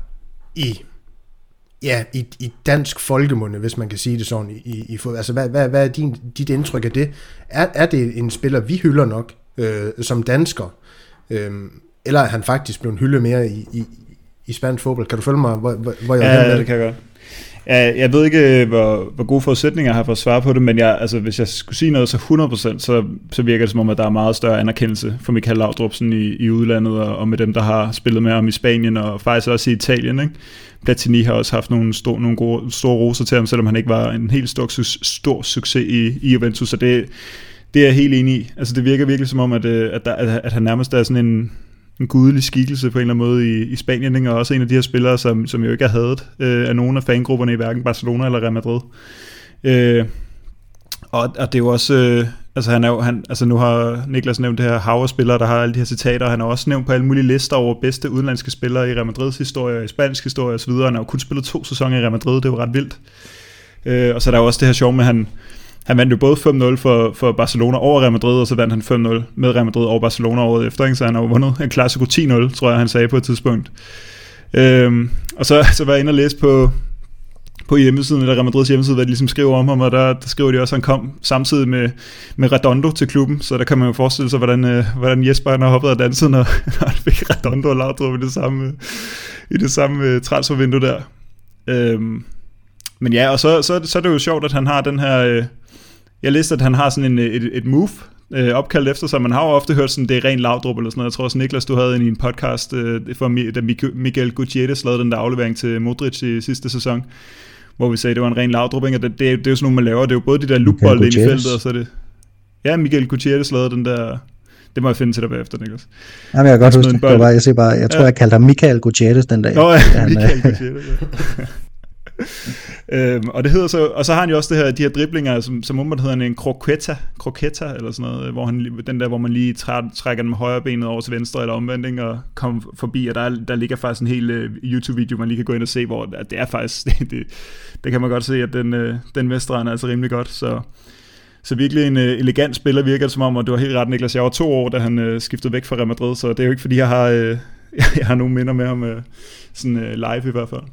[SPEAKER 1] i dansk folkemunde, hvis man kan sige det sådan i fodbold. Altså, hvad er dit indtryk af det? Er det en spiller, vi hylder nok som dansker, eller er han faktisk blevet hyldet mere i spansk fodbold? Kan du følge mig, hvor jeg er?
[SPEAKER 3] Ja, det kan jeg godt. Jeg ved ikke, hvor gode forudsætninger jeg har for at svare på det, men hvis jeg skulle sige noget så 100%, så virker det som om, at der er meget større anerkendelse for Michael Laudrup i udlandet, og med dem, der har spillet med ham i Spanien, og faktisk også i Italien. Ikke? Platini har også haft nogle store roser til ham, selvom han ikke var en helt stor succes i Juventus, så det er jeg helt enig i. Altså, det virker virkelig som om, at han nærmest er sådan en gudelig skikkelse på en eller anden måde i Spanien, ikke? Og også en af de her spillere, som jo ikke er hadet af nogen af fangrupperne i hverken Barcelona eller Real Madrid. Og det er jo også, nu har Niklas nævnt det her hav-spillere, der har alle de her citater, og han har også nævnt på alle mulige lister over bedste udenlandske spillere i Real Madrids historie, i spansk historie osv., han har jo kun spillet 2 sæsoner i Real Madrid, det er jo ret vildt. Og så er der jo også det her sjov med, han vandt jo både 5-0 for Barcelona over Real Madrid, og så vandt han 5-0 med Real Madrid over Barcelona året efter, ikke? Så han har jo vundet en Clasico 10-0, tror jeg, han sagde på et tidspunkt. Og så var jeg inde og læse på hjemmesiden, eller Real Madrids hjemmeside, hvad de ligesom skriver om ham, og der skriver de også, at han kom samtidig med Redondo til klubben, så der kan man jo forestille sig, hvordan Jesper har hoppet og danset, når han fik Redondo og Laudrup i det samme transfervindue der. Men ja, og så er det jo sjovt, at han har den her... jeg læste, at han har sådan et move, opkaldt efter sig. Man har jo ofte hørt sådan, det er ren Laudrup eller sådan noget. Jeg tror også, Niklas, du havde i en podcast, da Miguel Gutierrez lavede den der aflevering til Modric i sidste sæson, hvor vi sagde, det var en ren Laudrup, og det er jo sådan nogle, man laver. Det er jo både de der loopbolde ind i feltet, og så er det... Ja, Miguel Gutierrez lavede den der... Det må jeg finde til dig bagefter, Niklas.
[SPEAKER 2] Jamen, jeg kan godt huske det. Jeg tror, jeg kaldte ham Michael Gutierrez den dag.
[SPEAKER 3] Nå ja, Michael Gutierrez, ja. Og det hedder så, og så har han jo også de her driblinger, som umiddelbart hedder en croqueta eller sådan noget, hvor man lige trækker den med højre benet over til venstre eller omvendt og kommer forbi, og der ligger faktisk en hel YouTube-video, man lige kan gå ind og se, hvor det er faktisk, det kan man godt se, at den mestre er altså rimelig godt, så virkelig en elegant spiller virker det som om, og du har helt ret, Niklas, jeg var 2 år, da han skiftede væk fra Real Madrid, så det er jo ikke fordi, jeg har nogen minder med ham sådan live i hvert fald.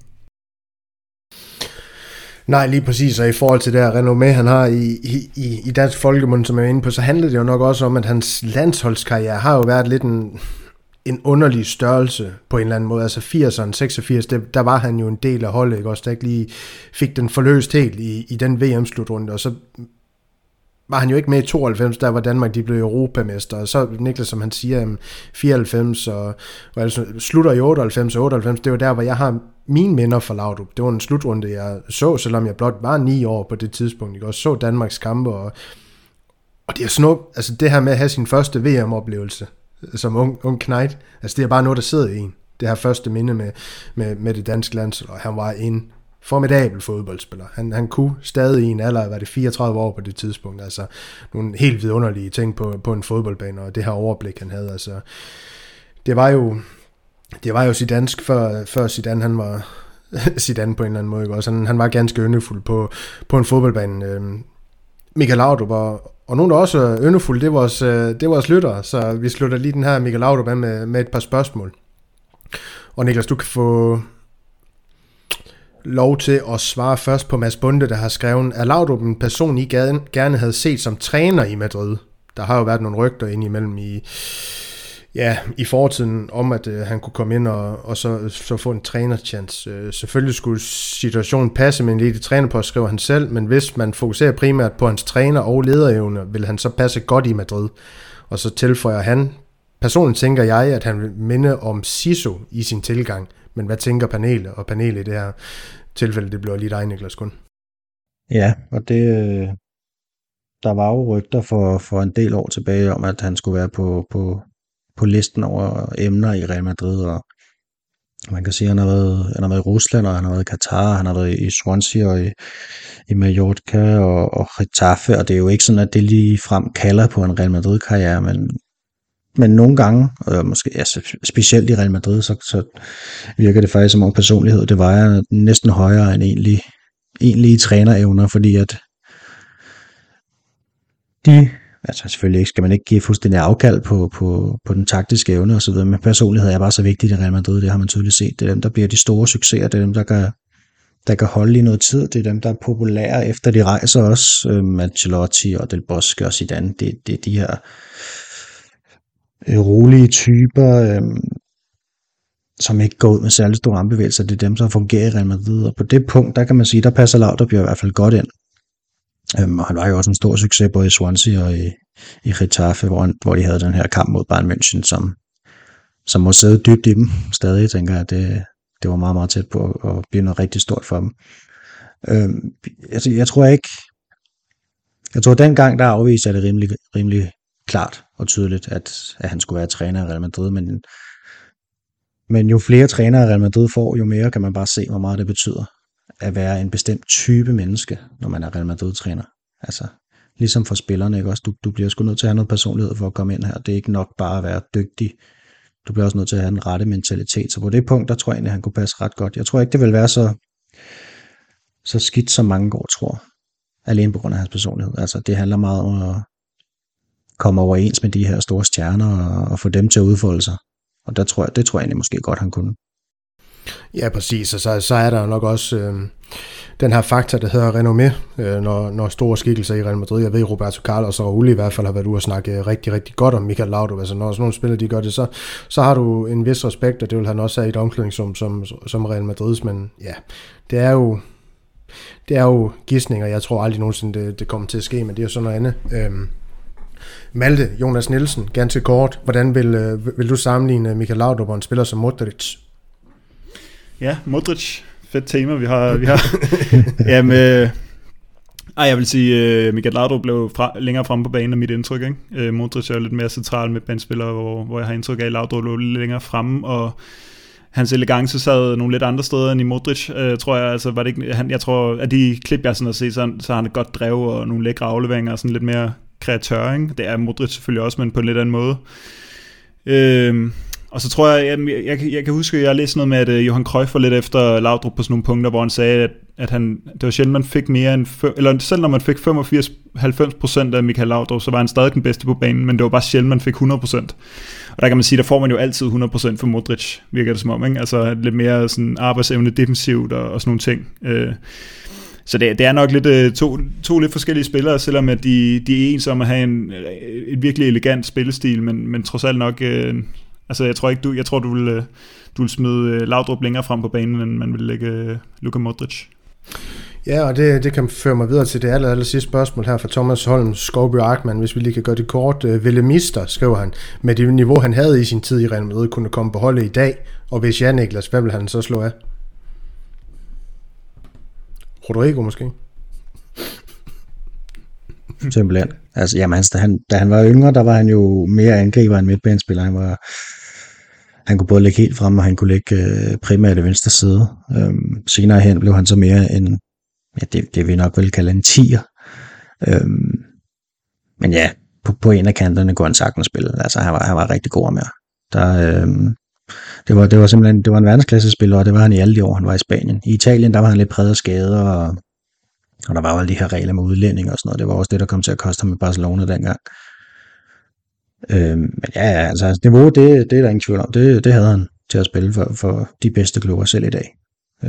[SPEAKER 1] Nej, lige præcis, og i forhold til det her renommé, han har i dansk folkemund, som jeg er inde på, så handler det jo nok også om, at hans landsholdskarriere har jo været lidt en underlig størrelse på en eller anden måde. Altså 80'erne, 86, der var han jo en del af holdet, ikke? Også der ikke lige fik den forløst helt i den VM-slutrunde, og så var han jo ikke med i 92, der var Danmark, de blev europamester, og så Niklas, som han siger, 94, og altså, slutter i 98 og 98, det var der, hvor jeg har mine minder fra Laudrup. Det var en slutrunde, jeg så, selvom jeg blot var 9 år på det tidspunkt, ikke? Og så Danmarks kampe, og det er sådan noget, altså det her med at have sin første VM-oplevelse som ung knejt, altså det er bare noget, der sidder i en. Det her første minde med det danske landshold, og han var en formidabel fodboldspiller. Han kunne stadig i en alder, var det 34 år på det tidspunkt, altså nogle helt vidunderlige ting på en fodboldbane, og det her overblik, han havde, altså det var jo Zidansk før Zidane, han var Zidane på en eller anden måde, ikke? Også han var ganske yndefuld på en fodboldbane. Michael Laudrup, og nogen der også er yndefuld, det er vores lyttere, så vi slutter lige den her Michael Laudrup af med et par spørgsmål. Og Niklas, du kan få lov til at svare først på Mads Bunde, der har skrevet, er Laudrup en person, I gerne havde set som træner i Madrid? Der har jo været nogle rygter indimellem i fortiden om, at han kunne komme ind og så få en trænerchance. Selvfølgelig skulle situationen passe med en lille trænerpost, skriver han selv, men hvis man fokuserer primært på hans træner- og lederevner, vil han så passe godt i Madrid. Og så tilføjer han, personligt tænker jeg, at han vil minde om Siso i sin tilgang, men hvad tænker panelet i det her tilfælde? Det bliver lige dig, Niklas, kun.
[SPEAKER 2] Ja, og der var jo rygter for en del år tilbage om, at han skulle være på listen over emner i Real Madrid, og man kan sige, at han har været i Rusland, og han har været i Katar, han har været i Swansea og i Mallorca og Getafe, og det er jo ikke sådan, at det lige frem kalder på en Real Madrid-karriere, men nogle gange, måske specielt i Real Madrid, så virker det faktisk som om personlighed, det vejer næsten højere end egentlige trænerevner, fordi at selvfølgelig skal man ikke give fuldstændig afkald på den taktiske evne og så videre, men personlighed er bare så vigtigt i Real Madrid, det har man tydeligt set. Det er dem, der bliver de store succeser, det er dem, der kan holde i noget tid, det er dem, der er populære efter de rejser også, Ancelotti og Del Bosque og Zidane, det er de her rolige typer, som ikke går ud med særlig store armbevægelser, det er dem, som fungerer i Real Madrid, og på det punkt, der kan man sige, der passer Laudrup i hvert fald godt ind. Og han var jo også en stor succes både i Swansea og i Getafe, hvor de havde den her kamp mod Bayern München, som må sidde dybt i dem stadig, tænker jeg, det var meget, meget tæt på at blive noget rigtig stort for dem. Jeg tror dengang, der afviste det rimelig klart og tydeligt, at han skulle være træner i Real Madrid, men jo flere trænere Real Madrid får, jo mere kan man bare se, hvor meget det betyder at være en bestemt type menneske, når man er Real Madrid-træner. Altså, ligesom for spillerne, ikke også? Du bliver sgu nødt til at have noget personlighed for at komme ind her. Det er ikke nok bare at være dygtig. Du bliver også nødt til at have den rette mentalitet. Så på det punkt, der tror jeg egentlig, at han kunne passe ret godt. Jeg tror ikke, det vil være så skidt, som mange går tror. Alene på grund af hans personlighed. Altså, det handler meget om at komme overens med de her store stjerner og få dem til at udfolde sig. Og det tror jeg egentlig måske godt, han kunne.
[SPEAKER 1] Ja, præcis, og så er der nok også den her faktor, der hedder renommé, når store skikkelser i Real Madrid, jeg ved, Roberto Carlos og Raul i hvert fald har været ude og snakke rigtig, rigtig godt om Michael Laudrup, altså når sådan nogle spillere, de gør det, så har du en vis respekt, og det vil han også have i et omklædningsrum som Real Madrids, men ja, det er jo gidsninger, jeg tror aldrig nogensinde, det kommer til at ske, men det er jo sådan noget andet. Malte, Jonas Nielsen, ganske kort. Hvordan vil du sammenligne Michael Laudrup og en spiller som Modric?
[SPEAKER 3] Ja, Modric. Fedt tema, vi har. Jamen, jeg vil sige, Michael Laudrup blev længere fremme på banen af mit indtryk. Ikke? Modric er jo lidt mere central midtbanespiller, hvor jeg har indtryk af, at Laudrup lå lidt længere fremme, og hans elegance sad nogle lidt andre steder end i Modric, tror jeg. Altså, var det ikke, jeg tror, at de klip, jeg sådan har set, så har han et godt drev og nogle lækre afleveringer og sådan lidt mere kreatør. Ikke? Det er Modric selvfølgelig også, men på en lidt anden måde. Og så tror jeg kan huske, at jeg læste noget med, at Johan Cruyff var lidt efter Laudrup på sådan nogle punkter, hvor han sagde, at det var sjældent, man fik mere end, eller selv når man fik 85-90% af Michael Laudrup, så var han stadig den bedste på banen, men det var bare sjældent, man fik 100%. Og der kan man sige, der får man jo altid 100% for Modric, virker det som om, ikke? Altså lidt mere sådan arbejdsevne defensivt og sådan nogle ting. Så det er nok lidt to lidt forskellige spillere, selvom at de er ens om at have et virkelig elegant spillestil, men trods alt nok. Altså jeg tror du vil smide Laudrup længere frem på banen, end man vil lægge Luka Modric.
[SPEAKER 1] Ja, og det kan føre mig videre til det aller sidste spørgsmål her fra Thomas Holm Skovby Arkman, hvis vi lige kan gøre det kort. Ville Mister, skriver han, med det niveau, han havde i sin tid i Real Madrid, kunne komme på holdet i dag, og hvis ja, Niklas, hvad vil han så slå af? Rodrigo måske?
[SPEAKER 2] Simpelthen. Altså, jamen, da han var yngre, der var han jo mere angriber end midtbanespiller. Han kunne både ligge helt frem, og han kunne ligge primært i venstre side. Senere hen blev han så mere en, det vi nok vil kalde en tier. Men ja, på en af kanterne går han sagtens spille. Altså, han var rigtig god med. Det var simpelthen en verdensklassespiller, og det var han i alle de år, han var i Spanien. I Italien, der var han lidt præget af skader, og der var jo alle de her regler med udlænding og sådan noget. Det var også det, der kom til at koste ham i Barcelona dengang. Men ja, altså niveau, det er der ingen tvivl om. Det havde han til at spille for de bedste klubber selv i dag.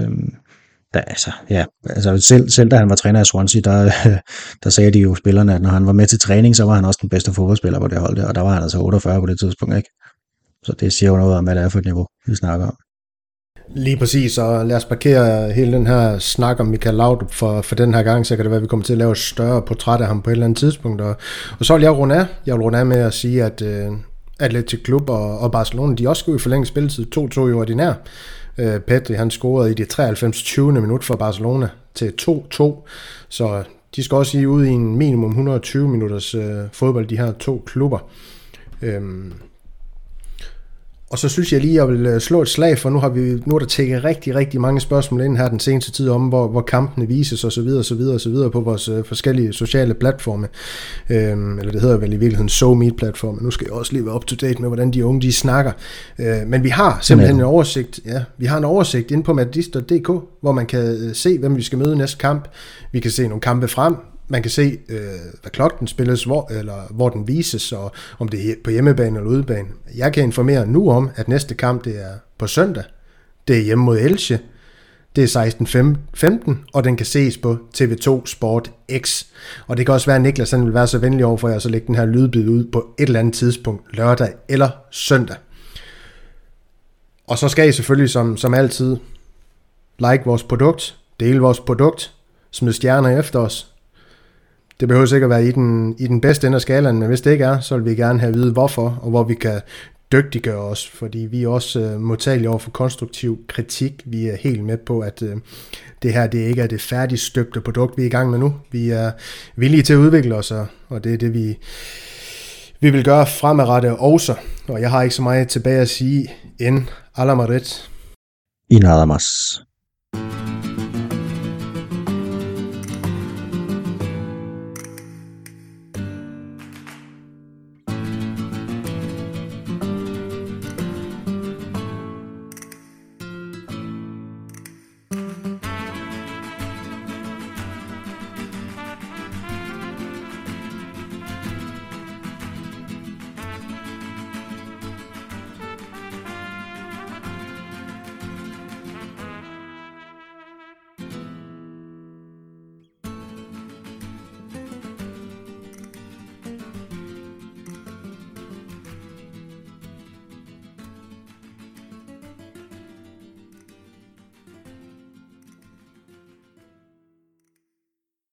[SPEAKER 2] Selv da han var træner i Swansea, der sagde de jo spillerne, at når han var med til træning, så var han også den bedste fodboldspiller på det hold der, og der var han altså 48 på det tidspunkt, ikke? Så det siger jo noget om, hvad det er for et niveau, vi snakker om.
[SPEAKER 1] Lige præcis, og lad os parkere hele den her snak om Michael Laudrup for den her gang, så kan det være, at vi kommer til at lave et større portræt af ham på et eller andet tidspunkt. Og så vil jeg runde af med at sige, at Athletic Club og Barcelona, de også skulle i forlænge spilletid 2-2 i ordinær. Pedri, han scorede i det 93. 20. minut for Barcelona til 2-2, så de skal også ud i en minimum 120 minutters fodbold, de her to klubber. Og så synes jeg lige, at jeg vil slå et slag, for nu er der tækket rigtig, rigtig mange spørgsmål ind her den seneste tid om, hvor kampene vises osv. på vores forskellige sociale platforme. Eller det hedder vel i virkeligheden SoMeet-platformen. Nu skal jeg også lige være up to date med, hvordan de unge de snakker. Men vi har simpelthen en oversigt. Ja, vi har en oversigt inde på madist.dk, hvor man kan se, hvem vi skal møde næste kamp. Vi kan se nogle kampe frem. Man kan se, hvad klokken spilles, hvor den vises, og om det er på hjemmebane eller udebane. Jeg kan informere nu om, at næste kamp det er på søndag. Det er hjemme mod Elche. Det er 16:15, og den kan ses på TV2 Sport X. Og det kan også være, at Niklas vil være så venlig over for jer, så lægge den her lydbid ud på et eller andet tidspunkt, lørdag eller søndag. Og så skal I selvfølgelig som altid like vores produkt, dele vores produkt, smid stjerner efter os. Det behøver sikkert at være i den bedste ende af skalaen, men hvis det ikke er, så vil vi gerne have at vide hvorfor, og hvor vi kan dygtiggøre os, fordi vi er også modtagelige over for konstruktiv kritik. Vi er helt med på, at det her det ikke er det færdigstøbte produkt, vi er i gang med nu. Vi er villige til at udvikle os, og det er det, vi vil gøre fremadrettet også. Og jeg har ikke så meget tilbage at sige end Ala Madrid.
[SPEAKER 2] Y nada más.